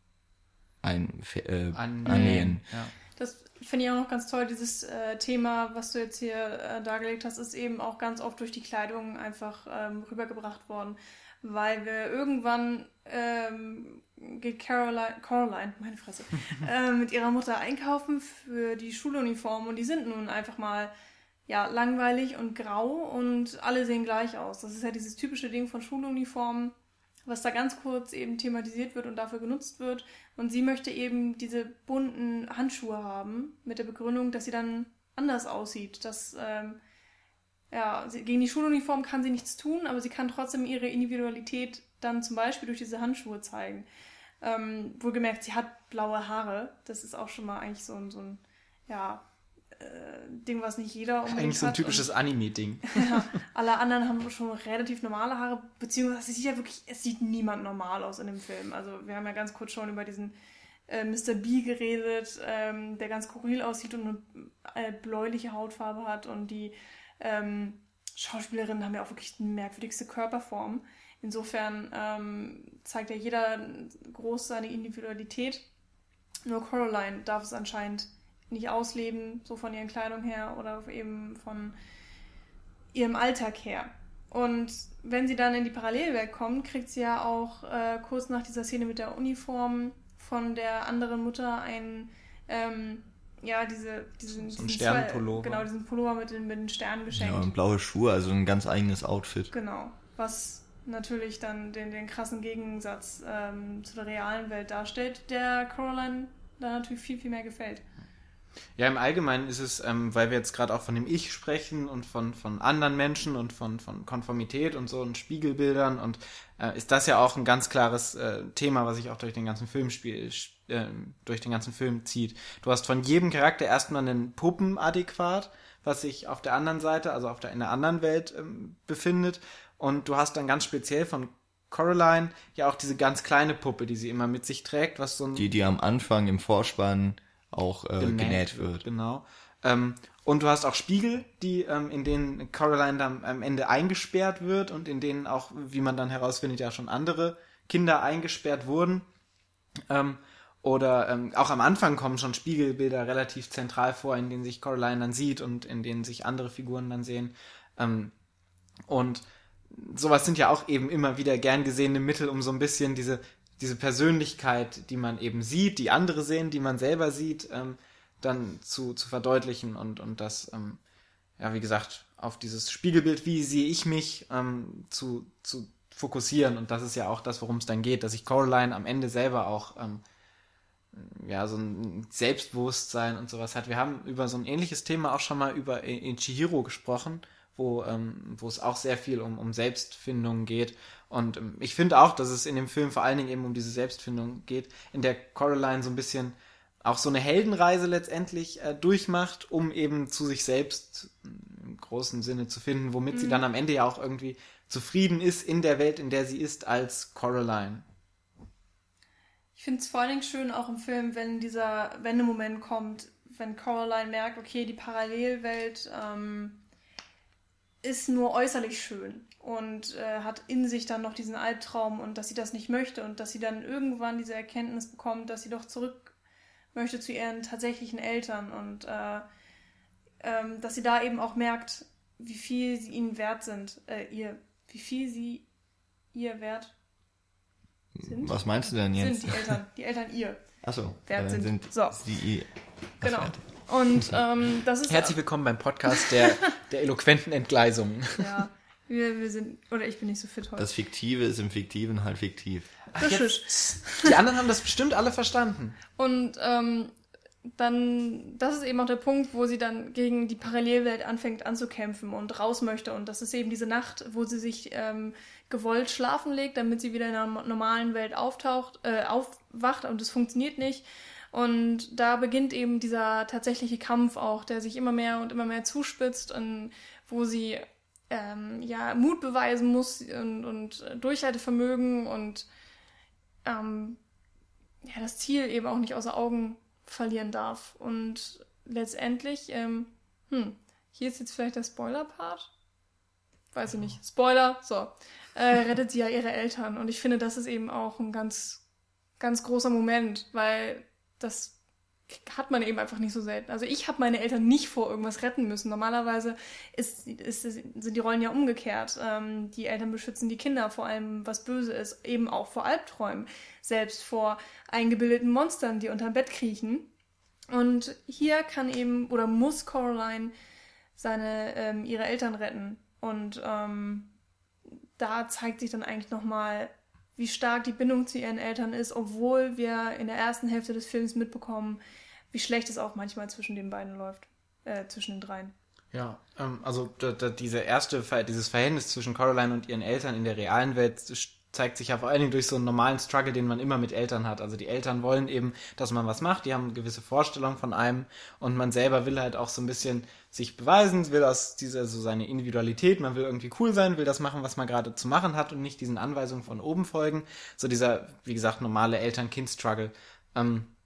ein, äh, An- annähen. Ja. Das finde ich auch noch ganz toll. Dieses äh, Thema, was du jetzt hier äh, dargelegt hast, ist eben auch ganz oft durch die Kleidung einfach ähm, rübergebracht worden. Weil wir irgendwann ähm, geht Caroline, Caroline, meine Fresse, äh, mit ihrer Mutter einkaufen für die Schuluniform und die sind nun einfach mal ja, langweilig und grau und alle sehen gleich aus. Das ist ja dieses typische Ding von Schuluniformen, was da ganz kurz eben thematisiert wird und dafür genutzt wird. Und sie möchte eben diese bunten Handschuhe haben, mit der Begründung, dass sie dann anders aussieht. Dass, ähm, ja, sie, gegen die Schuluniform kann sie nichts tun, aber sie kann trotzdem ihre Individualität dann zum Beispiel durch diese Handschuhe zeigen. Ähm, wohlgemerkt, sie hat blaue Haare. Das ist auch schon mal eigentlich so ein, so ein ja, Ding, was nicht jeder unbedingt Eigentlich so ein hat. typisches Und, Anime-Ding. ja, alle anderen haben schon relativ normale Haare, beziehungsweise es sieht ja wirklich, es sieht niemand normal aus in dem Film. Also wir haben ja ganz kurz schon über diesen äh, Mister B geredet, ähm, der ganz skurril aussieht und eine äh, bläuliche Hautfarbe hat. Und die ähm, Schauspielerinnen haben ja auch wirklich die merkwürdigste Körperform. Insofern ähm, zeigt ja jeder groß seine Individualität. Nur Coraline darf es anscheinend nicht ausleben, so von ihren Kleidung her oder eben von ihrem Alltag her. Und wenn sie dann in die Parallelwelt kommt, kriegt sie ja auch äh, kurz nach dieser Szene mit der Uniform von der anderen Mutter ein, ähm, ja, diese, diesen, so ein diesen Sternenpullover. Genau, diesen Pullover mit den, mit den Sternen geschenkt. Ja, und blaue Schuhe, also ein ganz eigenes Outfit. Genau, was natürlich dann den, den krassen Gegensatz ähm, zu der realen Welt darstellt, der Coraline da natürlich viel, viel mehr gefällt. Ja, im Allgemeinen ist es, ähm, weil wir jetzt gerade auch von dem Ich sprechen und von, von anderen Menschen und von, von Konformität und so und Spiegelbildern und äh, ist das ja auch ein ganz klares äh, Thema, was sich auch durch den ganzen Film spiel, äh, durch den ganzen Film zieht. Du hast von jedem Charakter erstmal einen Puppenadäquat, was sich auf der anderen Seite, also auf der, in der anderen Welt ähm, befindet, und du hast dann ganz speziell von Coraline ja auch diese ganz kleine Puppe, die sie immer mit sich trägt, was so ein... Die, die am Anfang im Vorspann auch äh, genäht, genäht wird. wird. Genau. Ähm, und du hast auch Spiegel, die ähm, in denen Coraline dann am Ende eingesperrt wird und in denen auch, wie man dann herausfindet, ja schon andere Kinder eingesperrt wurden. Ähm, oder ähm, auch am Anfang kommen schon Spiegelbilder relativ zentral vor, in denen sich Coraline dann sieht und in denen sich andere Figuren dann sehen. Ähm, und sowas sind ja auch eben immer wieder gern gesehene Mittel, um so ein bisschen diese diese Persönlichkeit, die man eben sieht, die andere sehen, die man selber sieht, ähm, dann zu, zu verdeutlichen und, und das, ähm, ja, wie gesagt, auf dieses Spiegelbild, wie sehe ich mich, ähm, zu, zu fokussieren. Und das ist ja auch das, worum es dann geht, dass sich Coraline am Ende selber auch, ähm, ja, so ein Selbstbewusstsein und sowas hat. Wir haben über so ein ähnliches Thema auch schon mal über in Chihiro gesprochen, wo, ähm, wo es auch sehr viel um, um Selbstfindung geht. Und ähm, ich finde auch, dass es in dem Film vor allen Dingen eben um diese Selbstfindung geht, in der Coraline so ein bisschen auch so eine Heldenreise letztendlich äh, durchmacht, um eben zu sich selbst im großen Sinne zu finden, womit mhm. sie dann am Ende ja auch irgendwie zufrieden ist in der Welt, in der sie ist, als Coraline. Ich finde es vor allen Dingen schön auch im Film, wenn dieser Wendemoment kommt, wenn Coraline merkt, okay, die Parallelwelt ähm, ist nur äußerlich schön und äh, hat in sich dann noch diesen Albtraum und dass sie das nicht möchte und dass sie dann irgendwann diese Erkenntnis bekommt, dass sie doch zurück möchte zu ihren tatsächlichen Eltern und äh, ähm, dass sie da eben auch merkt, wie viel sie ihnen wert sind, äh, ihr, wie viel sie ihr wert sind. Was meinst du denn jetzt? Sind die Eltern, die Eltern ihr Achso, wert äh, sind. sind So. sie Genau. Und ähm, das ist... Herzlich willkommen beim Podcast der, der eloquenten Entgleisungen. Ja, wir, wir sind... Oder ich bin nicht so fit heute. Das Fiktive ist im Fiktiven halt fiktiv. Ach, jetzt, die anderen haben das bestimmt alle verstanden. Und ähm, dann, das ist eben auch der Punkt, wo sie dann gegen die Parallelwelt anfängt anzukämpfen und raus möchte. Und das ist eben diese Nacht, wo sie sich ähm, gewollt schlafen legt, damit sie wieder in der normalen Welt auftaucht, äh, aufwacht. Und es funktioniert nicht. Und da beginnt eben dieser tatsächliche Kampf auch, der sich immer mehr und immer mehr zuspitzt und wo sie ähm, ja Mut beweisen muss und, und Durchhaltevermögen und ähm, ja, das Ziel eben auch nicht außer Augen verlieren darf. Und letztendlich, ähm, hm, hier ist jetzt vielleicht der Spoiler-Part. Weiß ich nicht. Spoiler, so. Äh, rettet sie ja ihre Eltern. Und ich finde, das ist eben auch ein ganz, ganz großer Moment, weil das hat man eben einfach nicht so selten. Also ich habe meine Eltern nicht vor irgendwas retten müssen. Normalerweise ist, ist, sind die Rollen ja umgekehrt. Ähm, die Eltern beschützen die Kinder vor allem, was böse ist, eben auch vor Albträumen, selbst vor eingebildeten Monstern, die unterm Bett kriechen. Und hier kann eben oder muss Coraline seine ähm, ihre Eltern retten. Und ähm, da zeigt sich dann eigentlich nochmal, wie stark die Bindung zu ihren Eltern ist, obwohl wir in der ersten Hälfte des Films mitbekommen, wie schlecht es auch manchmal zwischen den beiden läuft, äh, zwischen den dreien. Ja, ähm, also da, da, diese erste, dieses Verhältnis zwischen Coraline und ihren Eltern in der realen Welt zeigt sich ja vor allen Dingen durch so einen normalen Struggle, den man immer mit Eltern hat. Also die Eltern wollen eben, dass man was macht, die haben eine gewisse Vorstellung von einem und man selber will halt auch so ein bisschen sich beweisen, will aus dieser, so seine Individualität, man will irgendwie cool sein, will das machen, was man gerade zu machen hat und nicht diesen Anweisungen von oben folgen. So dieser, wie gesagt, normale Eltern-Kind-Struggle. Ähm,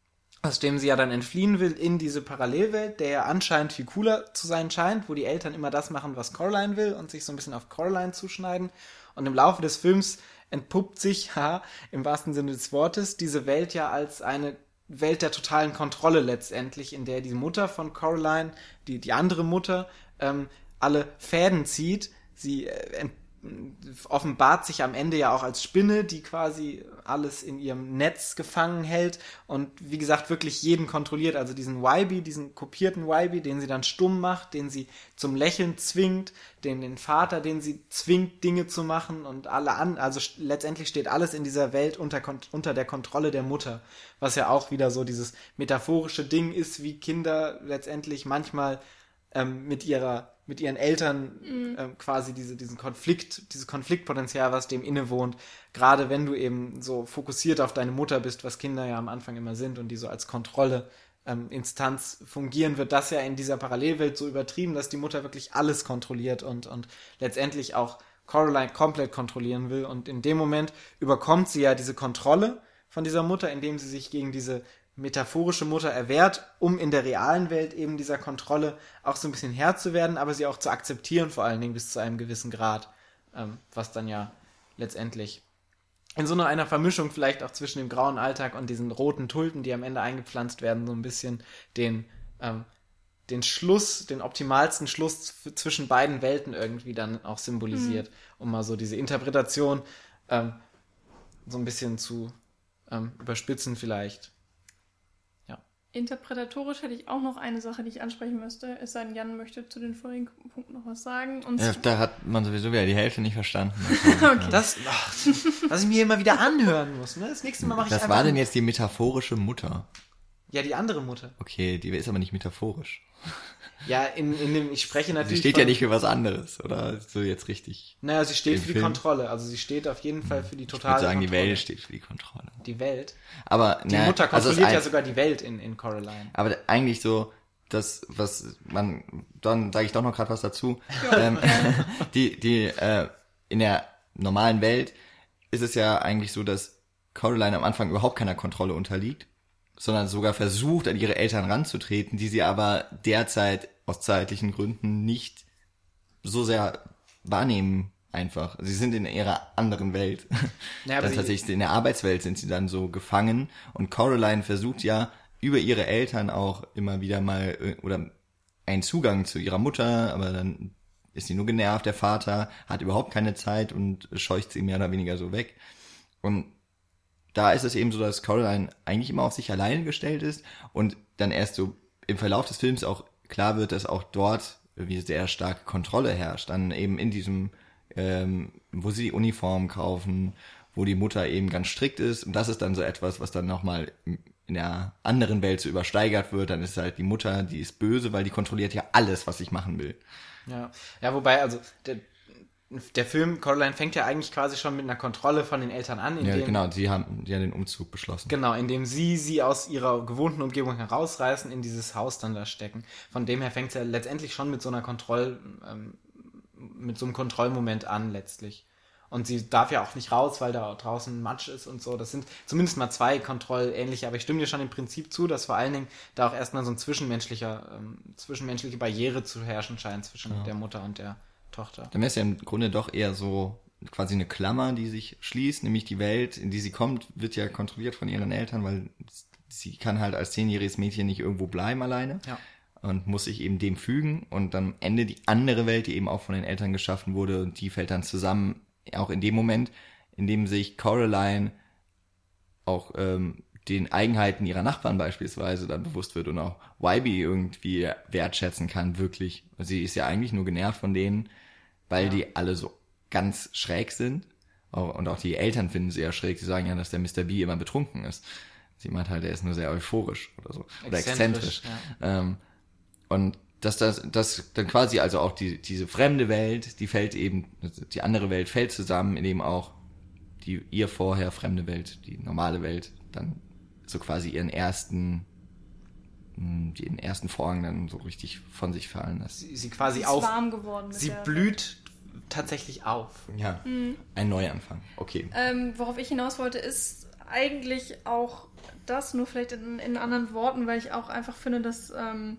aus dem sie ja dann entfliehen will in diese Parallelwelt, der ja anscheinend viel cooler zu sein scheint, wo die Eltern immer das machen, was Coraline will und sich so ein bisschen auf Coraline zuschneiden. Und im Laufe des Films entpuppt sich, ha, im wahrsten Sinne des Wortes, diese Welt ja als eine Welt der totalen Kontrolle letztendlich, in der die Mutter von Coraline, die, die andere Mutter, ähm, alle Fäden zieht. Sie äh, ent- offenbart sich am Ende ja auch als Spinne, die quasi alles in ihrem Netz gefangen hält und wie gesagt wirklich jeden kontrolliert, also diesen Wybie, diesen kopierten Wybie, den sie dann stumm macht, den sie zum Lächeln zwingt, den, den Vater, den sie zwingt, Dinge zu machen und alle an, also st- letztendlich steht alles in dieser Welt unter, unter der Kontrolle der Mutter, was ja auch wieder so dieses metaphorische Ding ist, wie Kinder letztendlich manchmal ähm, mit ihrer mit ihren Eltern mhm. ähm, quasi diese, diesen Konflikt, dieses Konfliktpotenzial, was dem innewohnt, gerade wenn du eben so fokussiert auf deine Mutter bist, was Kinder ja am Anfang immer sind und die so als Kontrolle ähm, Instanz fungieren, wird das ja in dieser Parallelwelt so übertrieben, dass die Mutter wirklich alles kontrolliert und, und letztendlich auch Coraline komplett kontrollieren will und in dem Moment überkommt sie ja diese Kontrolle von dieser Mutter, indem sie sich gegen diese metaphorische Mutter erwehrt, um in der realen Welt eben dieser Kontrolle auch so ein bisschen Herr zu werden, aber sie auch zu akzeptieren, vor allen Dingen bis zu einem gewissen Grad, ähm, was dann ja letztendlich in so einer Vermischung vielleicht auch zwischen dem grauen Alltag und diesen roten Tulpen, die am Ende eingepflanzt werden, so ein bisschen den, ähm, den Schluss, den optimalsten Schluss f- zwischen beiden Welten irgendwie dann auch symbolisiert, mhm. um mal so diese Interpretation ähm, so ein bisschen zu ähm, überspitzen vielleicht. Interpretatorisch hätte ich auch noch eine Sache, die ich ansprechen müsste. Es sei denn, Jan möchte zu den vorigen Punkten noch was sagen. Und ja, da hat man sowieso wieder die Hälfte nicht verstanden. Okay. Das, ach, was ich mir immer wieder anhören muss. Ne? Das nächste Mal mache ich Was einfach... war denn jetzt die metaphorische Mutter? Ja, die andere Mutter. Okay, die ist aber nicht metaphorisch. Ja, in, in dem, ich spreche natürlich... Sie steht von, ja nicht für was anderes, oder? So jetzt richtig. Naja, sie steht für die Film. Kontrolle. Also sie steht auf jeden Fall für die totale Ich würde sagen, Kontrolle. die Welt steht für die Kontrolle. Die Welt? Aber, die na, Mutter kontrolliert also ja sogar die Welt in, in Coraline. Aber eigentlich so, das, was man, dann sage ich doch noch gerade was dazu. ähm, die, die, äh, in der normalen Welt ist es ja eigentlich so, dass Coraline am Anfang überhaupt keiner Kontrolle unterliegt, sondern sogar versucht, an ihre Eltern ranzutreten, die sie aber derzeit aus zeitlichen Gründen nicht so sehr wahrnehmen einfach. Sie sind in ihrer anderen Welt. Ja, dann tatsächlich in der Arbeitswelt sind sie dann so gefangen und Coraline versucht ja über ihre Eltern auch immer wieder mal oder einen Zugang zu ihrer Mutter, aber dann ist sie nur genervt, der Vater hat überhaupt keine Zeit und scheucht sie mehr oder weniger so weg. Und da ist es eben so, dass Coraline eigentlich immer auf sich alleine gestellt ist und dann erst so im Verlauf des Films auch klar wird, dass auch dort irgendwie sehr starke Kontrolle herrscht. Dann eben in diesem, ähm, wo sie die Uniform kaufen, wo die Mutter eben ganz strikt ist. Und das ist dann so etwas, was dann nochmal in der anderen Welt so übersteigert wird. Dann ist halt die Mutter, die ist böse, weil die kontrolliert ja alles, was ich machen will. Ja, ja, wobei, also der, der Film Coraline fängt ja eigentlich quasi schon mit einer Kontrolle von den Eltern an. Ja, genau, sie haben ja den Umzug beschlossen. Genau, indem sie sie aus ihrer gewohnten Umgebung herausreißen, in dieses Haus dann da stecken. Von dem her fängt es ja letztendlich schon mit so einer Kontroll, ähm, mit so einem Kontrollmoment an letztlich. Und sie darf ja auch nicht raus, weil da draußen Matsch ist und so. Das sind zumindest mal zwei kontrollähnliche, aber ich stimme dir schon im Prinzip zu, dass vor allen Dingen da auch erstmal so ein zwischenmenschlicher, ähm, zwischenmenschliche Barriere zu herrschen scheint zwischen ja. der Mutter und der Tochter. Dann wäre es ja im Grunde doch eher so quasi eine Klammer, die sich schließt, nämlich die Welt, in die sie kommt, wird ja kontrolliert von ihren Eltern, weil sie kann halt als zehnjähriges Mädchen nicht irgendwo bleiben alleine ja. und muss sich eben dem fügen und dann am Ende die andere Welt, die eben auch von den Eltern geschaffen wurde und die fällt dann zusammen, auch in dem Moment, in dem sich Coraline auch ähm, den Eigenheiten ihrer Nachbarn beispielsweise dann bewusst wird und auch Wybie irgendwie wertschätzen kann, wirklich. Sie ist ja eigentlich nur genervt von denen, weil ja. die alle so ganz schräg sind. Und auch die Eltern finden sie ja schräg. Sie sagen ja, dass der Mister B immer betrunken ist. Sie meint halt, er ist nur sehr euphorisch oder so. Oder exzentrisch. Ja. Ähm, und dass das, das dann quasi also auch die, diese fremde Welt, die fällt eben, die andere Welt fällt zusammen, in dem auch die ihr vorher fremde Welt, die normale Welt, dann so quasi ihren ersten, den ersten Vorhang dann so richtig von sich fallen lässt. Sie, sie quasi sie ist auf, warm geworden. Mit sie der blüht tatsächlich auf. Ja, mhm. Ein Neuanfang, okay. Ähm, worauf ich hinaus wollte, ist eigentlich auch das, nur vielleicht in, in anderen Worten, weil ich auch einfach finde, dass ähm,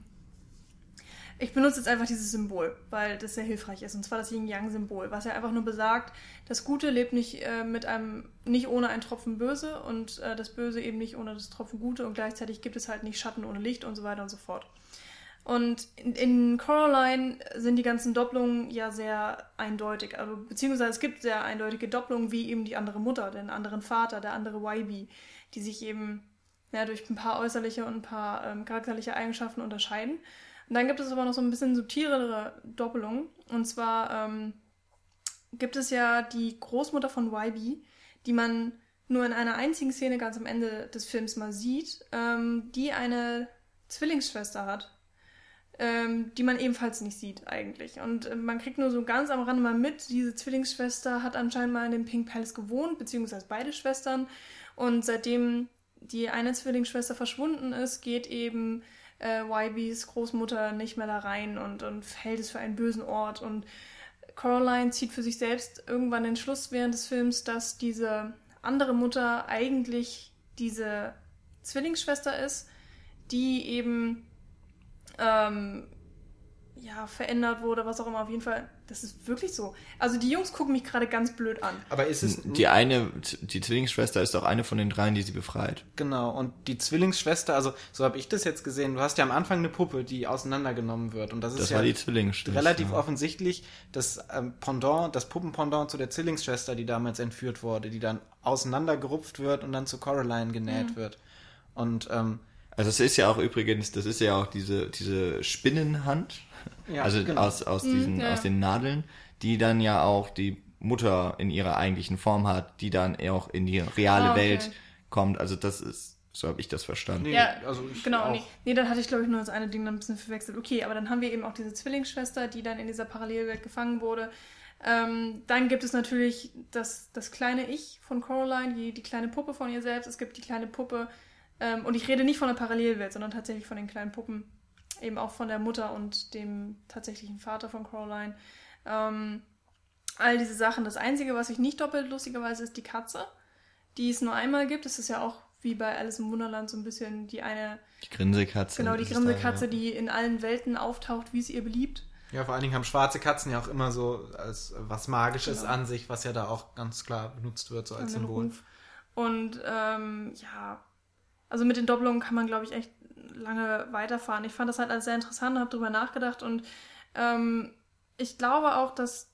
ich benutze jetzt einfach dieses Symbol, weil das sehr hilfreich ist, und zwar das Yin-Yang-Symbol, was ja einfach nur besagt, das Gute lebt nicht äh, mit einem, nicht ohne einen Tropfen Böse und äh, das Böse eben nicht ohne das Tropfen Gute, und gleichzeitig gibt es halt nicht Schatten ohne Licht und so weiter und so fort. Und in, in Coraline sind die ganzen Doppelungen ja sehr eindeutig, also beziehungsweise es gibt sehr eindeutige Doppelungen, wie eben die andere Mutter, den anderen Vater, der andere Y B, die sich eben ja, durch ein paar äußerliche und ein paar ähm, charakterliche Eigenschaften unterscheiden. Und dann gibt es aber noch so ein bisschen subtilere Doppelungen. Und zwar ähm, gibt es ja die Großmutter von Y B, die man nur in einer einzigen Szene ganz am Ende des Films mal sieht, ähm, die eine Zwillingsschwester hat, ähm, die man ebenfalls nicht sieht eigentlich. Und äh, man kriegt nur so ganz am Rande mal mit, diese Zwillingsschwester hat anscheinend mal in dem Pink Palace gewohnt, beziehungsweise beide Schwestern. Und seitdem die eine Zwillingsschwester verschwunden ist, geht eben äh, Y Bs Großmutter nicht mehr da rein und, und hält es für einen bösen Ort. Und Coraline zieht für sich selbst irgendwann den Schluss während des Films, dass diese andere Mutter eigentlich diese Zwillingsschwester ist, die eben ähm, ja, verändert wurde, was auch immer. Auf jeden Fall, das ist wirklich so. Also die Jungs gucken mich gerade ganz blöd an. Aber ist es... Die eine, die Zwillingsschwester ist auch eine von den dreien, die sie befreit. Genau, und die Zwillingsschwester, also so habe ich das jetzt gesehen, du hast ja am Anfang eine Puppe, die auseinandergenommen wird. Und das ist Das ja war die Zwillingsschwester. relativ offensichtlich das ähm, Pendant, das Puppenpendant zu der Zwillingsschwester, die damals entführt wurde, die dann auseinandergerupft wird und dann zu Coraline genäht mhm. wird. Und ähm, also es ist ja auch übrigens, das ist ja auch diese, diese Spinnenhand, ja, also genau. aus, aus, diesen, ja. aus den Nadeln, die dann ja auch die Mutter in ihrer eigentlichen Form hat, die dann auch in die reale ah, okay. Welt kommt. Also das ist, so habe ich das verstanden. Nee, ja, also ich genau. Nee, nee, dann hatte ich, glaube ich, nur das eine Ding dann ein bisschen verwechselt. Okay, aber dann haben wir eben auch diese Zwillingsschwester, die dann in dieser Parallelwelt gefangen wurde. Ähm, dann gibt es natürlich das, das kleine Ich von Coraline, die, die kleine Puppe von ihr selbst. Es gibt die kleine Puppe, ähm, und ich rede nicht von der Parallelwelt, sondern tatsächlich von den kleinen Puppen. Eben auch von der Mutter und dem tatsächlichen Vater von Coraline. Ähm, all diese Sachen. Das Einzige, was sich nicht doppelt, lustigerweise, ist die Katze, die es nur einmal gibt. Das ist ja auch wie bei Alice im Wunderland so ein bisschen die eine... Die Grinsekatze. Genau, die Grinsekatze, die in allen Welten auftaucht, wie es ihr beliebt. Ja, vor allen Dingen haben schwarze Katzen ja auch immer so als was Magisches genau. an sich, was ja da auch ganz klar benutzt wird, so als Symbol. Ruf. Und ähm, ja, also mit den Doppelungen kann man, glaube ich, echt lange weiterfahren. Ich fand das halt alles sehr interessant, habe drüber nachgedacht und ähm, ich glaube auch, dass,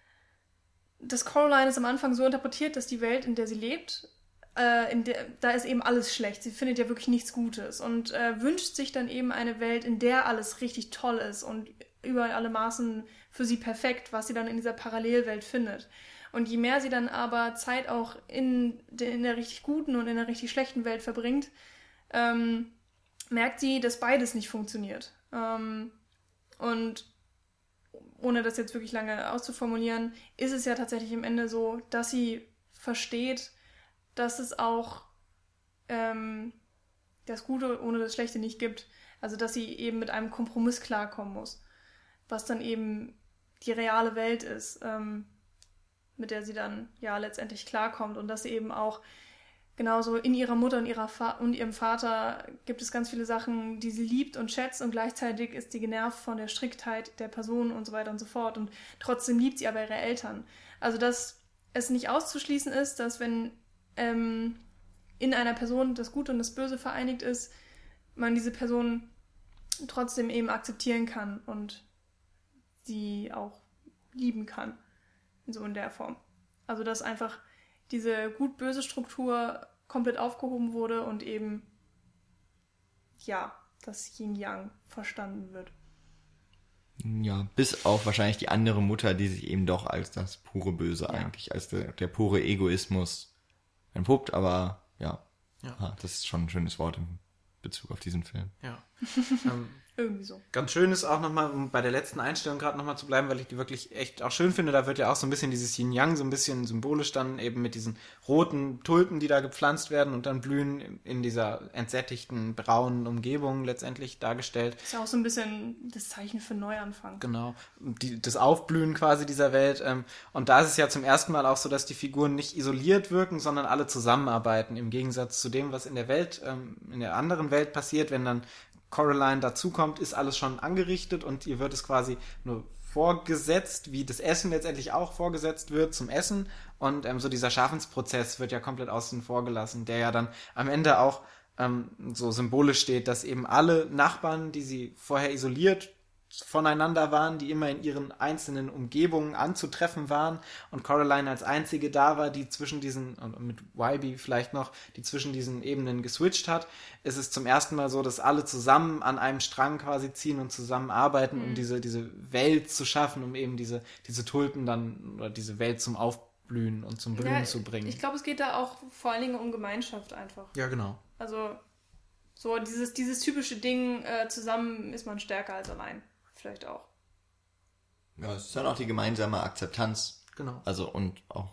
dass Coraline es am Anfang so interpretiert, dass die Welt, in der sie lebt, äh, in der, da ist eben alles schlecht. Sie findet ja wirklich nichts Gutes und äh, wünscht sich dann eben eine Welt, in der alles richtig toll ist und über alle Maßen für sie perfekt, was sie dann in dieser Parallelwelt findet. Und je mehr sie dann aber Zeit auch in, de, in der richtig guten und in der richtig schlechten Welt verbringt, ähm, merkt sie, dass beides nicht funktioniert. Ähm, und ohne das jetzt wirklich lange auszuformulieren, ist es ja tatsächlich am Ende so, dass sie versteht, dass es auch ähm, das Gute ohne das Schlechte nicht gibt. Also dass sie eben mit einem Kompromiss klarkommen muss, was dann eben die reale Welt ist, ähm, mit der sie dann ja letztendlich klarkommt und dass sie eben auch genauso in ihrer Mutter und, ihrer Fa- und ihrem Vater gibt es ganz viele Sachen, die sie liebt und schätzt und gleichzeitig ist sie genervt von der Striktheit der Person und so weiter und so fort und trotzdem liebt sie aber ihre Eltern. Also dass es nicht auszuschließen ist, dass wenn ähm, in einer Person das Gute und das Böse vereinigt ist, man diese Person trotzdem eben akzeptieren kann und sie auch lieben kann. So in der Form. Also dass einfach diese gut-böse Struktur komplett aufgehoben wurde und eben, ja, das Yin-Yang verstanden wird. Ja, bis auf wahrscheinlich die andere Mutter, die sich eben doch als das pure Böse ja. eigentlich, als der, der pure Egoismus entpuppt, aber ja, ja. Ah, das ist schon ein schönes Wort im Bezug auf diesen Film. Ja. ähm, Irgendwie so. Ganz schön ist auch nochmal, um bei der letzten Einstellung gerade nochmal zu bleiben, weil ich die wirklich echt auch schön finde, da wird ja auch so ein bisschen dieses Yin-Yang, so ein bisschen symbolisch dann eben mit diesen roten Tulpen, die da gepflanzt werden und dann blühen in dieser entsättigten, braunen Umgebung letztendlich dargestellt. Ist ja auch so ein bisschen das Zeichen für Neuanfang. Genau, die, das Aufblühen quasi dieser Welt. Ähm, und da ist es ja zum ersten Mal auch so, dass die Figuren nicht isoliert wirken, sondern alle zusammenarbeiten, im Gegensatz zu dem, was in der Welt, ähm, in der anderen Welt passiert, wenn dann Coraline dazukommt, ist alles schon angerichtet und ihr wird es quasi nur vorgesetzt, wie das Essen letztendlich auch vorgesetzt wird zum Essen. Und ähm, so dieser Schaffensprozess wird ja komplett außen vor gelassen, der ja dann am Ende auch ähm, so symbolisch steht, dass eben alle Nachbarn, die sie vorher isoliert voneinander waren, die immer in ihren einzelnen Umgebungen anzutreffen waren und Coraline als einzige da war, die zwischen diesen, und mit Wybie vielleicht noch, die zwischen diesen Ebenen geswitcht hat, ist es zum ersten Mal so, dass alle zusammen an einem Strang quasi ziehen und zusammenarbeiten, um Mhm. diese, diese Welt zu schaffen, um eben diese, diese Tulpen dann, oder diese Welt zum Aufblühen und zum Blühen Ja, zu bringen. Ich glaube, es geht da auch vor allen Dingen um Gemeinschaft einfach. Ja, genau. Also so dieses, dieses typische Ding, äh, zusammen ist man stärker als allein. Vielleicht auch. Ja, es ist dann auch die gemeinsame Akzeptanz. Genau. Also und auch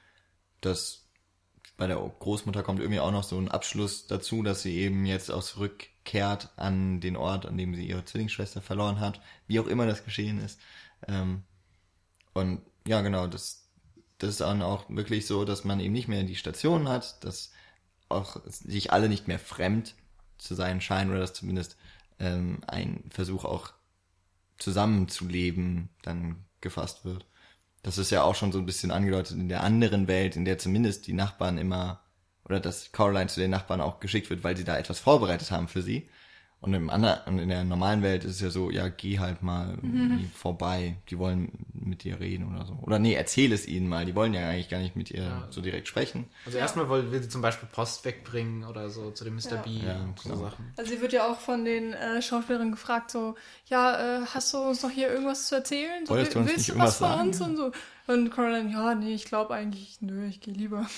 das bei der Großmutter kommt irgendwie auch noch so ein Abschluss dazu, dass sie eben jetzt auch zurückkehrt an den Ort, an dem sie ihre Zwillingsschwester verloren hat, wie auch immer das geschehen ist. Ähm, und ja, genau, das, das ist dann auch wirklich so, dass man eben nicht mehr die Station hat, dass auch sich alle nicht mehr fremd zu sein scheinen oder dass zumindest ähm, ein Versuch auch zusammenzuleben dann gefasst wird. Das ist ja auch schon so ein bisschen angedeutet in der anderen Welt, in der zumindest die Nachbarn immer, oder dass Coraline zu den Nachbarn auch geschickt wird, weil sie da etwas vorbereitet haben für sie. Und im anderen, und in der normalen Welt ist es ja so, ja, geh halt mal mhm. vorbei, die wollen mit dir reden oder so. Oder nee, erzähl es ihnen mal, die wollen ja eigentlich gar nicht mit ihr ja. so direkt sprechen. Also ja. erstmal will, will sie zum Beispiel Post wegbringen oder so zu dem Mister Ja. B Ja, und so genau. Sachen. Also sie wird ja auch von den äh, Schauspielerinnen gefragt, so, ja, äh, hast du uns noch hier irgendwas zu erzählen? So, Wolltest du uns willst nicht du was von irgendwas uns? Und so. Und Coraline, ja, nee, ich glaube eigentlich, nö, ich gehe lieber.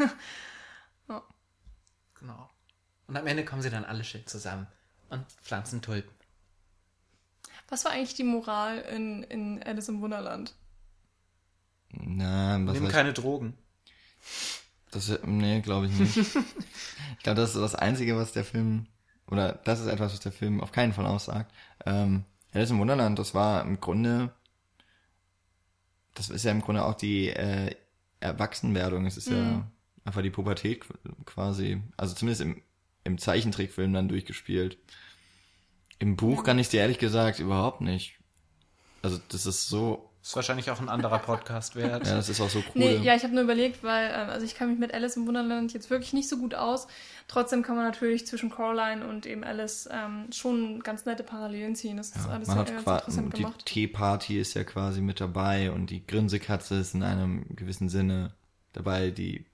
Genau. Und am Ende kommen sie dann alle schön zusammen und pflanzen Tulpen. Was war eigentlich die Moral in, in Alice im Wunderland? Na, was Nimm weiß keine Drogen. Das, nee, glaube ich nicht. Ich glaube, das ist das Einzige, was der Film, oder das ist etwas, was der Film auf keinen Fall aussagt. Ähm, Alice im Wunderland, das war im Grunde, das ist ja im Grunde auch die äh, Erwachsenwerdung. Es ist Mhm. ja einfach die Pubertät quasi, also zumindest im, im Zeichentrickfilm dann durchgespielt. Im Buch kann ich dir ehrlich gesagt überhaupt nicht. Also das ist so, Ist wahrscheinlich auch ein anderer Podcast wert. ja, das ist auch so Nee, krude. ja, ich habe nur überlegt, weil, ähm, also ich kann mich mit Alice im Wunderland jetzt wirklich nicht so gut aus. Trotzdem kann man natürlich zwischen Coraline und eben Alice ähm, schon ganz nette Parallelen ziehen. Das ist Ja, alles man ja hat ganz quasi, interessant die gemacht. Teeparty ist ja quasi mit dabei und die Grinsekatze ist in einem gewissen Sinne dabei, die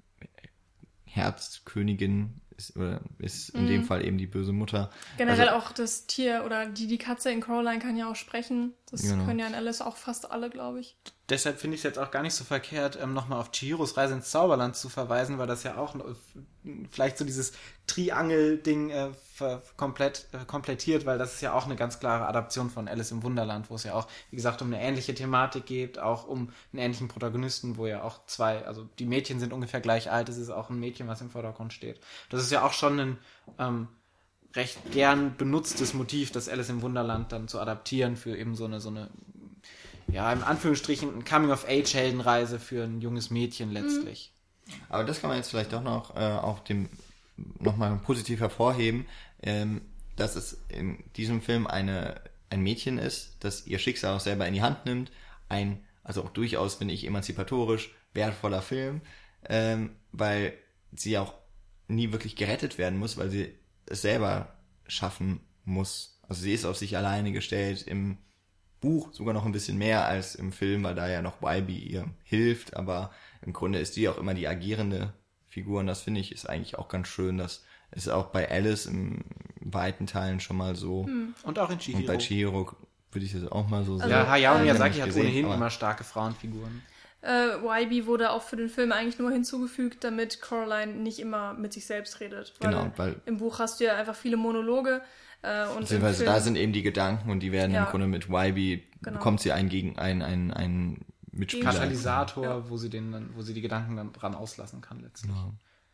Herzkönigin ist, oder ist in Mhm. dem Fall eben die böse Mutter. Generell also, auch das Tier oder die, die Katze in Coraline kann ja auch sprechen. Das Genau. können ja in Alice auch fast alle, glaube ich. Deshalb finde ich es jetzt auch gar nicht so verkehrt, ähm, nochmal auf Chihiros Reise ins Zauberland zu verweisen, weil das ja auch äh, vielleicht so dieses Triangel-Ding äh, ver- komplett äh, komplettiert, weil das ist ja auch eine ganz klare Adaption von Alice im Wunderland, wo es ja auch, wie gesagt, um eine ähnliche Thematik geht, auch um einen ähnlichen Protagonisten, wo ja auch zwei, also die Mädchen sind ungefähr gleich alt, es ist auch ein Mädchen, was im Vordergrund steht. Das ist ja auch schon ein ähm, recht gern benutztes Motiv, das Alice im Wunderland dann zu adaptieren für eben so eine, so eine ja, in Anführungsstrichen, eine Coming-of-Age-Heldenreise für ein junges Mädchen letztlich. aber das kann man jetzt vielleicht doch noch äh, auf dem nochmal positiv hervorheben, ähm, dass es in diesem Film eine ein Mädchen ist, das ihr Schicksal auch selber in die Hand nimmt. Ein, also auch durchaus, finde ich, emanzipatorisch wertvoller Film, ähm, weil sie auch nie wirklich gerettet werden muss, weil sie es selber schaffen muss. Also sie ist auf sich alleine gestellt, im Buch sogar noch ein bisschen mehr als im Film, weil da ja noch Wybie ihr hilft, aber im Grunde ist die auch immer die agierende Figur und das finde ich ist eigentlich auch ganz schön, das ist auch bei Alice im weiten Teilen schon mal so Hm. Und auch in Chihiro. und bei Chihiro würde ich das auch mal so Also, sehen. ja, Hayao ähm, Miyazaki nicht hat gesehen, ohnehin aber- immer starke Frauenfiguren. Äh, Y B wurde auch für den Film eigentlich nur hinzugefügt, damit Coraline nicht immer mit sich selbst redet. Weil Genau, weil im Buch hast du ja einfach viele Monologe. Äh, und beziehungsweise da sind eben die Gedanken und die werden Ja. im Grunde mit Y B, Genau. bekommt sie einen gegen einen, einen, einen Mitspieler. Katalysator, Ja. wo sie den dann, wo sie die Gedanken dann dran auslassen kann letztlich. Genau.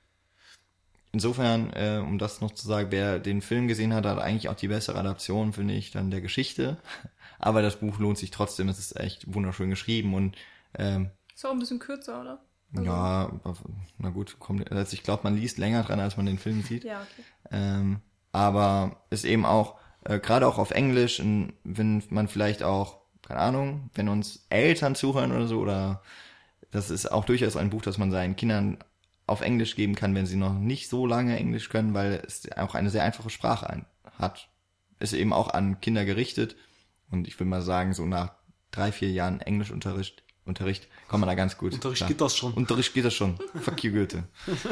Insofern, äh, um das noch zu sagen, wer den Film gesehen hat, hat eigentlich auch die bessere Adaption, finde ich, dann der Geschichte. Aber das Buch lohnt sich trotzdem, es ist echt wunderschön geschrieben und ähm, Ist auch ein bisschen kürzer, oder? Also- ja, na gut, kommt, also ich glaube, man liest länger dran, als man den Film sieht. Ja, okay. Ähm, aber ist eben auch, äh, gerade auch auf Englisch, in, wenn man vielleicht auch, keine Ahnung, wenn uns Eltern zuhören oder so, oder das ist auch durchaus ein Buch, das man seinen Kindern auf Englisch geben kann, wenn sie noch nicht so lange Englisch können, weil es auch eine sehr einfache Sprache ein, hat. Ist eben auch an Kinder gerichtet und ich würde mal sagen, so nach drei, vier Jahren Englischunterricht Unterricht kommt man da ganz gut. Unterricht klar. geht das schon. Unterricht geht das schon. Fuck you, Goethe.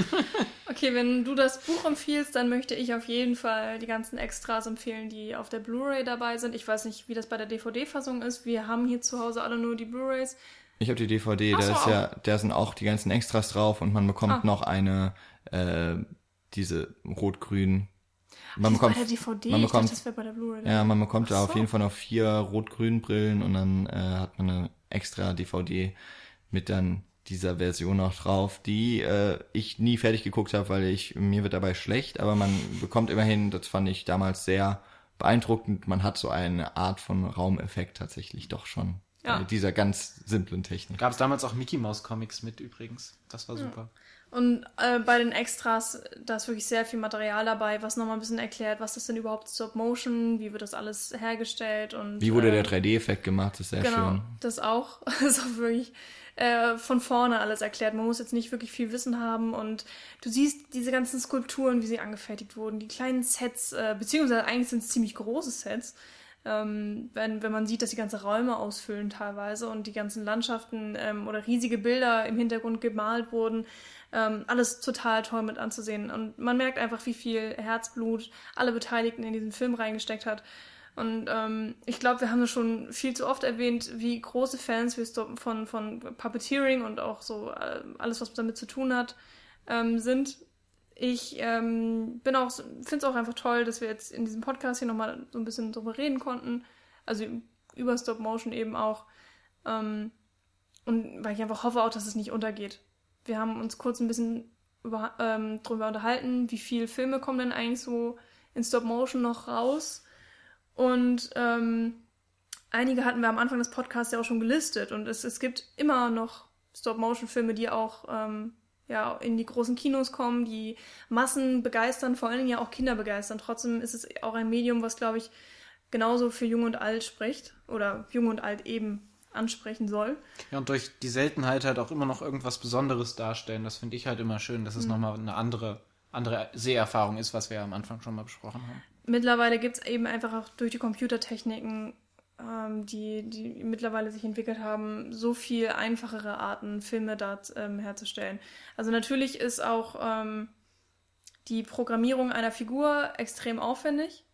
Okay, wenn du das Buch empfiehlst, dann möchte ich auf jeden Fall die ganzen Extras empfehlen, die auf der Blu-ray dabei sind. Ich weiß nicht, wie das bei der D V D-Fassung ist. Wir haben hier zu Hause alle nur die Blu-rays. Ich habe die D V D, Ach da so, ist ja, da sind auch die ganzen Extras drauf und man bekommt Ah. noch eine, äh, diese rot-grün. Man Die ist bei bekommt, der D V D? man Ich bekommt, dachte, das wäre bei der Blu-ray. ja, man bekommt da Ach auf so. jeden Fall noch vier rot-grün Brillen und dann äh, hat man eine extra D V D mit dann dieser Version noch drauf, die äh, ich nie fertig geguckt habe, weil ich mir wird dabei schlecht, aber man bekommt immerhin, das fand ich damals sehr beeindruckend, man hat so eine Art von Raumeffekt tatsächlich doch schon Ja. bei dieser ganz simplen Technik. Gab es damals auch Mickey Mouse Comics mit übrigens. Das war super. Und äh, bei den Extras, da ist wirklich sehr viel Material dabei, was nochmal ein bisschen erklärt, was ist denn überhaupt Stop Motion, wie wird das alles hergestellt und Wie wurde äh, der drei D-Effekt gemacht, das ist sehr genau, schön. das auch. Das ist auch wirklich äh, von vorne alles erklärt. Man muss jetzt nicht wirklich viel Wissen haben und du siehst diese ganzen Skulpturen, wie sie angefertigt wurden, die kleinen Sets, äh, beziehungsweise eigentlich sind es ziemlich große Sets, ähm, wenn, wenn man sieht, dass die ganze Räume ausfüllen teilweise und die ganzen Landschaften ähm, oder riesige Bilder im Hintergrund gemalt wurden. Ähm, alles total toll mit anzusehen. Und man merkt einfach, wie viel Herzblut alle Beteiligten in diesen Film reingesteckt hat. Und ähm, ich glaube, wir haben das schon viel zu oft erwähnt, wie große Fans wir Stop- von, von Puppeteering und auch so äh, alles, was damit zu tun hat, ähm, sind. Ich ähm, bin auch, finde es auch einfach toll, dass wir jetzt in diesem Podcast hier nochmal so ein bisschen drüber reden konnten. Also über Stop Motion eben auch. Ähm, und weil ich einfach hoffe auch, dass es nicht untergeht. Wir haben uns kurz ein bisschen über, ähm, drüber unterhalten, wie viele Filme kommen denn eigentlich so in Stop Motion noch raus. Und ähm, einige hatten wir am Anfang des Podcasts ja auch schon gelistet. Und es, es gibt immer noch Stop-Motion-Filme, die auch ähm, ja, in die großen Kinos kommen, die Massen begeistern, vor allen Dingen ja auch Kinder begeistern. Trotzdem ist es auch ein Medium, was, glaube ich, genauso für Jung und Alt spricht. Oder Jung und Alt eben ansprechen soll. Ja, und durch die Seltenheit halt auch immer noch irgendwas Besonderes darstellen. Das finde ich halt immer schön, dass es Mhm. nochmal eine andere, andere Seherfahrung ist, was wir ja am Anfang schon mal besprochen haben. Mittlerweile gibt es eben einfach auch durch die Computertechniken, ähm, die, die mittlerweile sich entwickelt haben, so viel einfachere Arten, Filme dort ähm, herzustellen. Also natürlich ist auch ähm, die Programmierung einer Figur extrem aufwendig,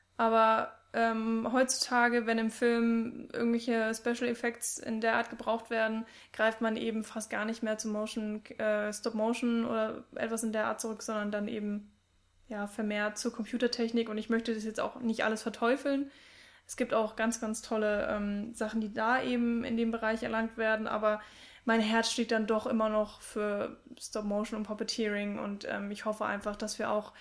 aber ähm, heutzutage, wenn im Film irgendwelche Special Effects in der Art gebraucht werden, greift man eben fast gar nicht mehr zu Motion, äh, Stop Motion oder etwas in der Art zurück, sondern dann eben ja, vermehrt zur Computertechnik. Und ich möchte das jetzt auch nicht alles verteufeln. Es gibt auch ganz, ganz tolle ähm, Sachen, die da eben in dem Bereich erlangt werden, aber mein Herz steht dann doch immer noch für Stop Motion und Puppeteering und ähm, ich hoffe einfach, dass wir auch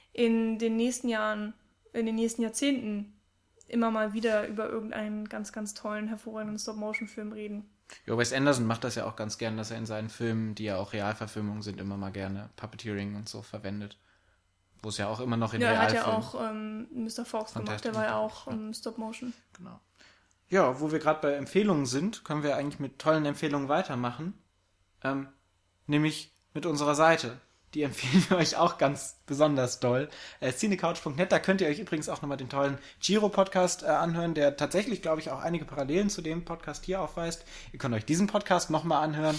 in den nächsten Jahren, in den nächsten Jahrzehnten immer mal wieder über irgendeinen ganz, ganz tollen, hervorragenden Stop-Motion-Film reden. Ja, Wes Anderson macht das ja auch ganz gern, dass er in seinen Filmen, die ja auch Realverfilmungen sind, immer mal gerne Puppeteering und so verwendet. Wo es ja auch immer noch in Ja, er hat ja Realfilmen... auch ähm, Mister Fox gemacht, Fantastic der war ja Mister auch Fox, ähm, Stop-Motion. Genau. Ja, wo wir gerade bei Empfehlungen sind, können wir eigentlich mit tollen Empfehlungen weitermachen. Ähm, nämlich mit unserer Seite. Die empfehlen wir euch auch ganz besonders doll. Äh, cinecouch punkt net, da könnt ihr euch übrigens auch nochmal den tollen Giro-Podcast äh, anhören, der tatsächlich, glaube ich, auch einige Parallelen zu dem Podcast hier aufweist. Ihr könnt euch diesen Podcast nochmal anhören.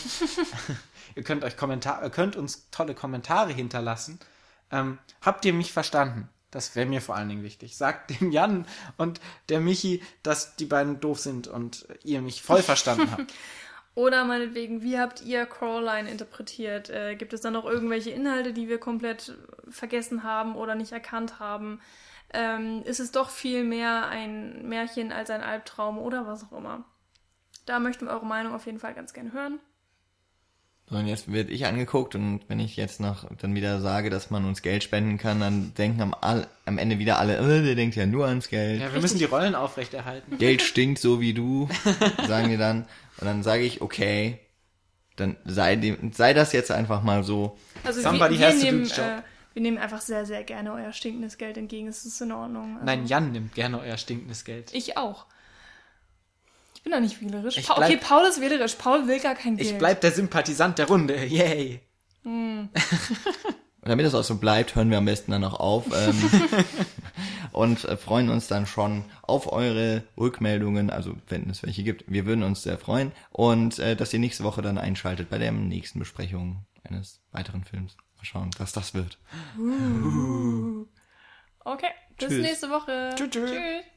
ihr könnt euch Kommentar- ihr könnt uns tolle Kommentare hinterlassen. Ähm, habt ihr mich verstanden? Das wäre mir vor allen Dingen wichtig. Sagt dem Jan und der Michi, dass die beiden doof sind und ihr mich voll verstanden habt. Oder meinetwegen, wie habt ihr Coraline interpretiert? Äh, gibt es da noch irgendwelche Inhalte, die wir komplett vergessen haben oder nicht erkannt haben? Ähm, ist es doch viel mehr ein Märchen als ein Albtraum oder was auch immer? Da möchten wir eure Meinung auf jeden Fall ganz gerne hören. So, und jetzt wird ich angeguckt und wenn ich jetzt noch dann wieder sage, dass man uns Geld spenden kann, dann denken am, all, am Ende wieder alle, äh, der denkt ja nur ans Geld. Ja, wir müssen die Rollen aufrechterhalten. Geld stinkt so wie du, sagen die dann. Und dann sage ich, okay, dann sei, dem, sei das jetzt einfach mal so. Also Somebody wir, has wir, to do nehmen, the job. äh, wir nehmen einfach sehr, sehr gerne euer stinkendes Geld entgegen. Es ist in Ordnung. Also, Nein, Jan nimmt gerne euer stinkendes Geld. ich auch. Ich bin doch nicht wählerisch. Ich Pa- bleib- okay, Paul ist wählerisch. Paul will gar kein Geld. Ich bleib der Sympathisant der Runde. Yay. Und damit es auch so bleibt, hören wir am besten dann auch auf ähm, und äh, freuen uns dann schon auf eure Rückmeldungen, also wenn es welche gibt. Wir würden uns sehr freuen und äh, dass ihr nächste Woche dann einschaltet bei der nächsten Besprechung eines weiteren Films. Mal schauen, was das wird. Okay, bis Tschüss. nächste Woche. Tschüss, tschüss. Tschüss.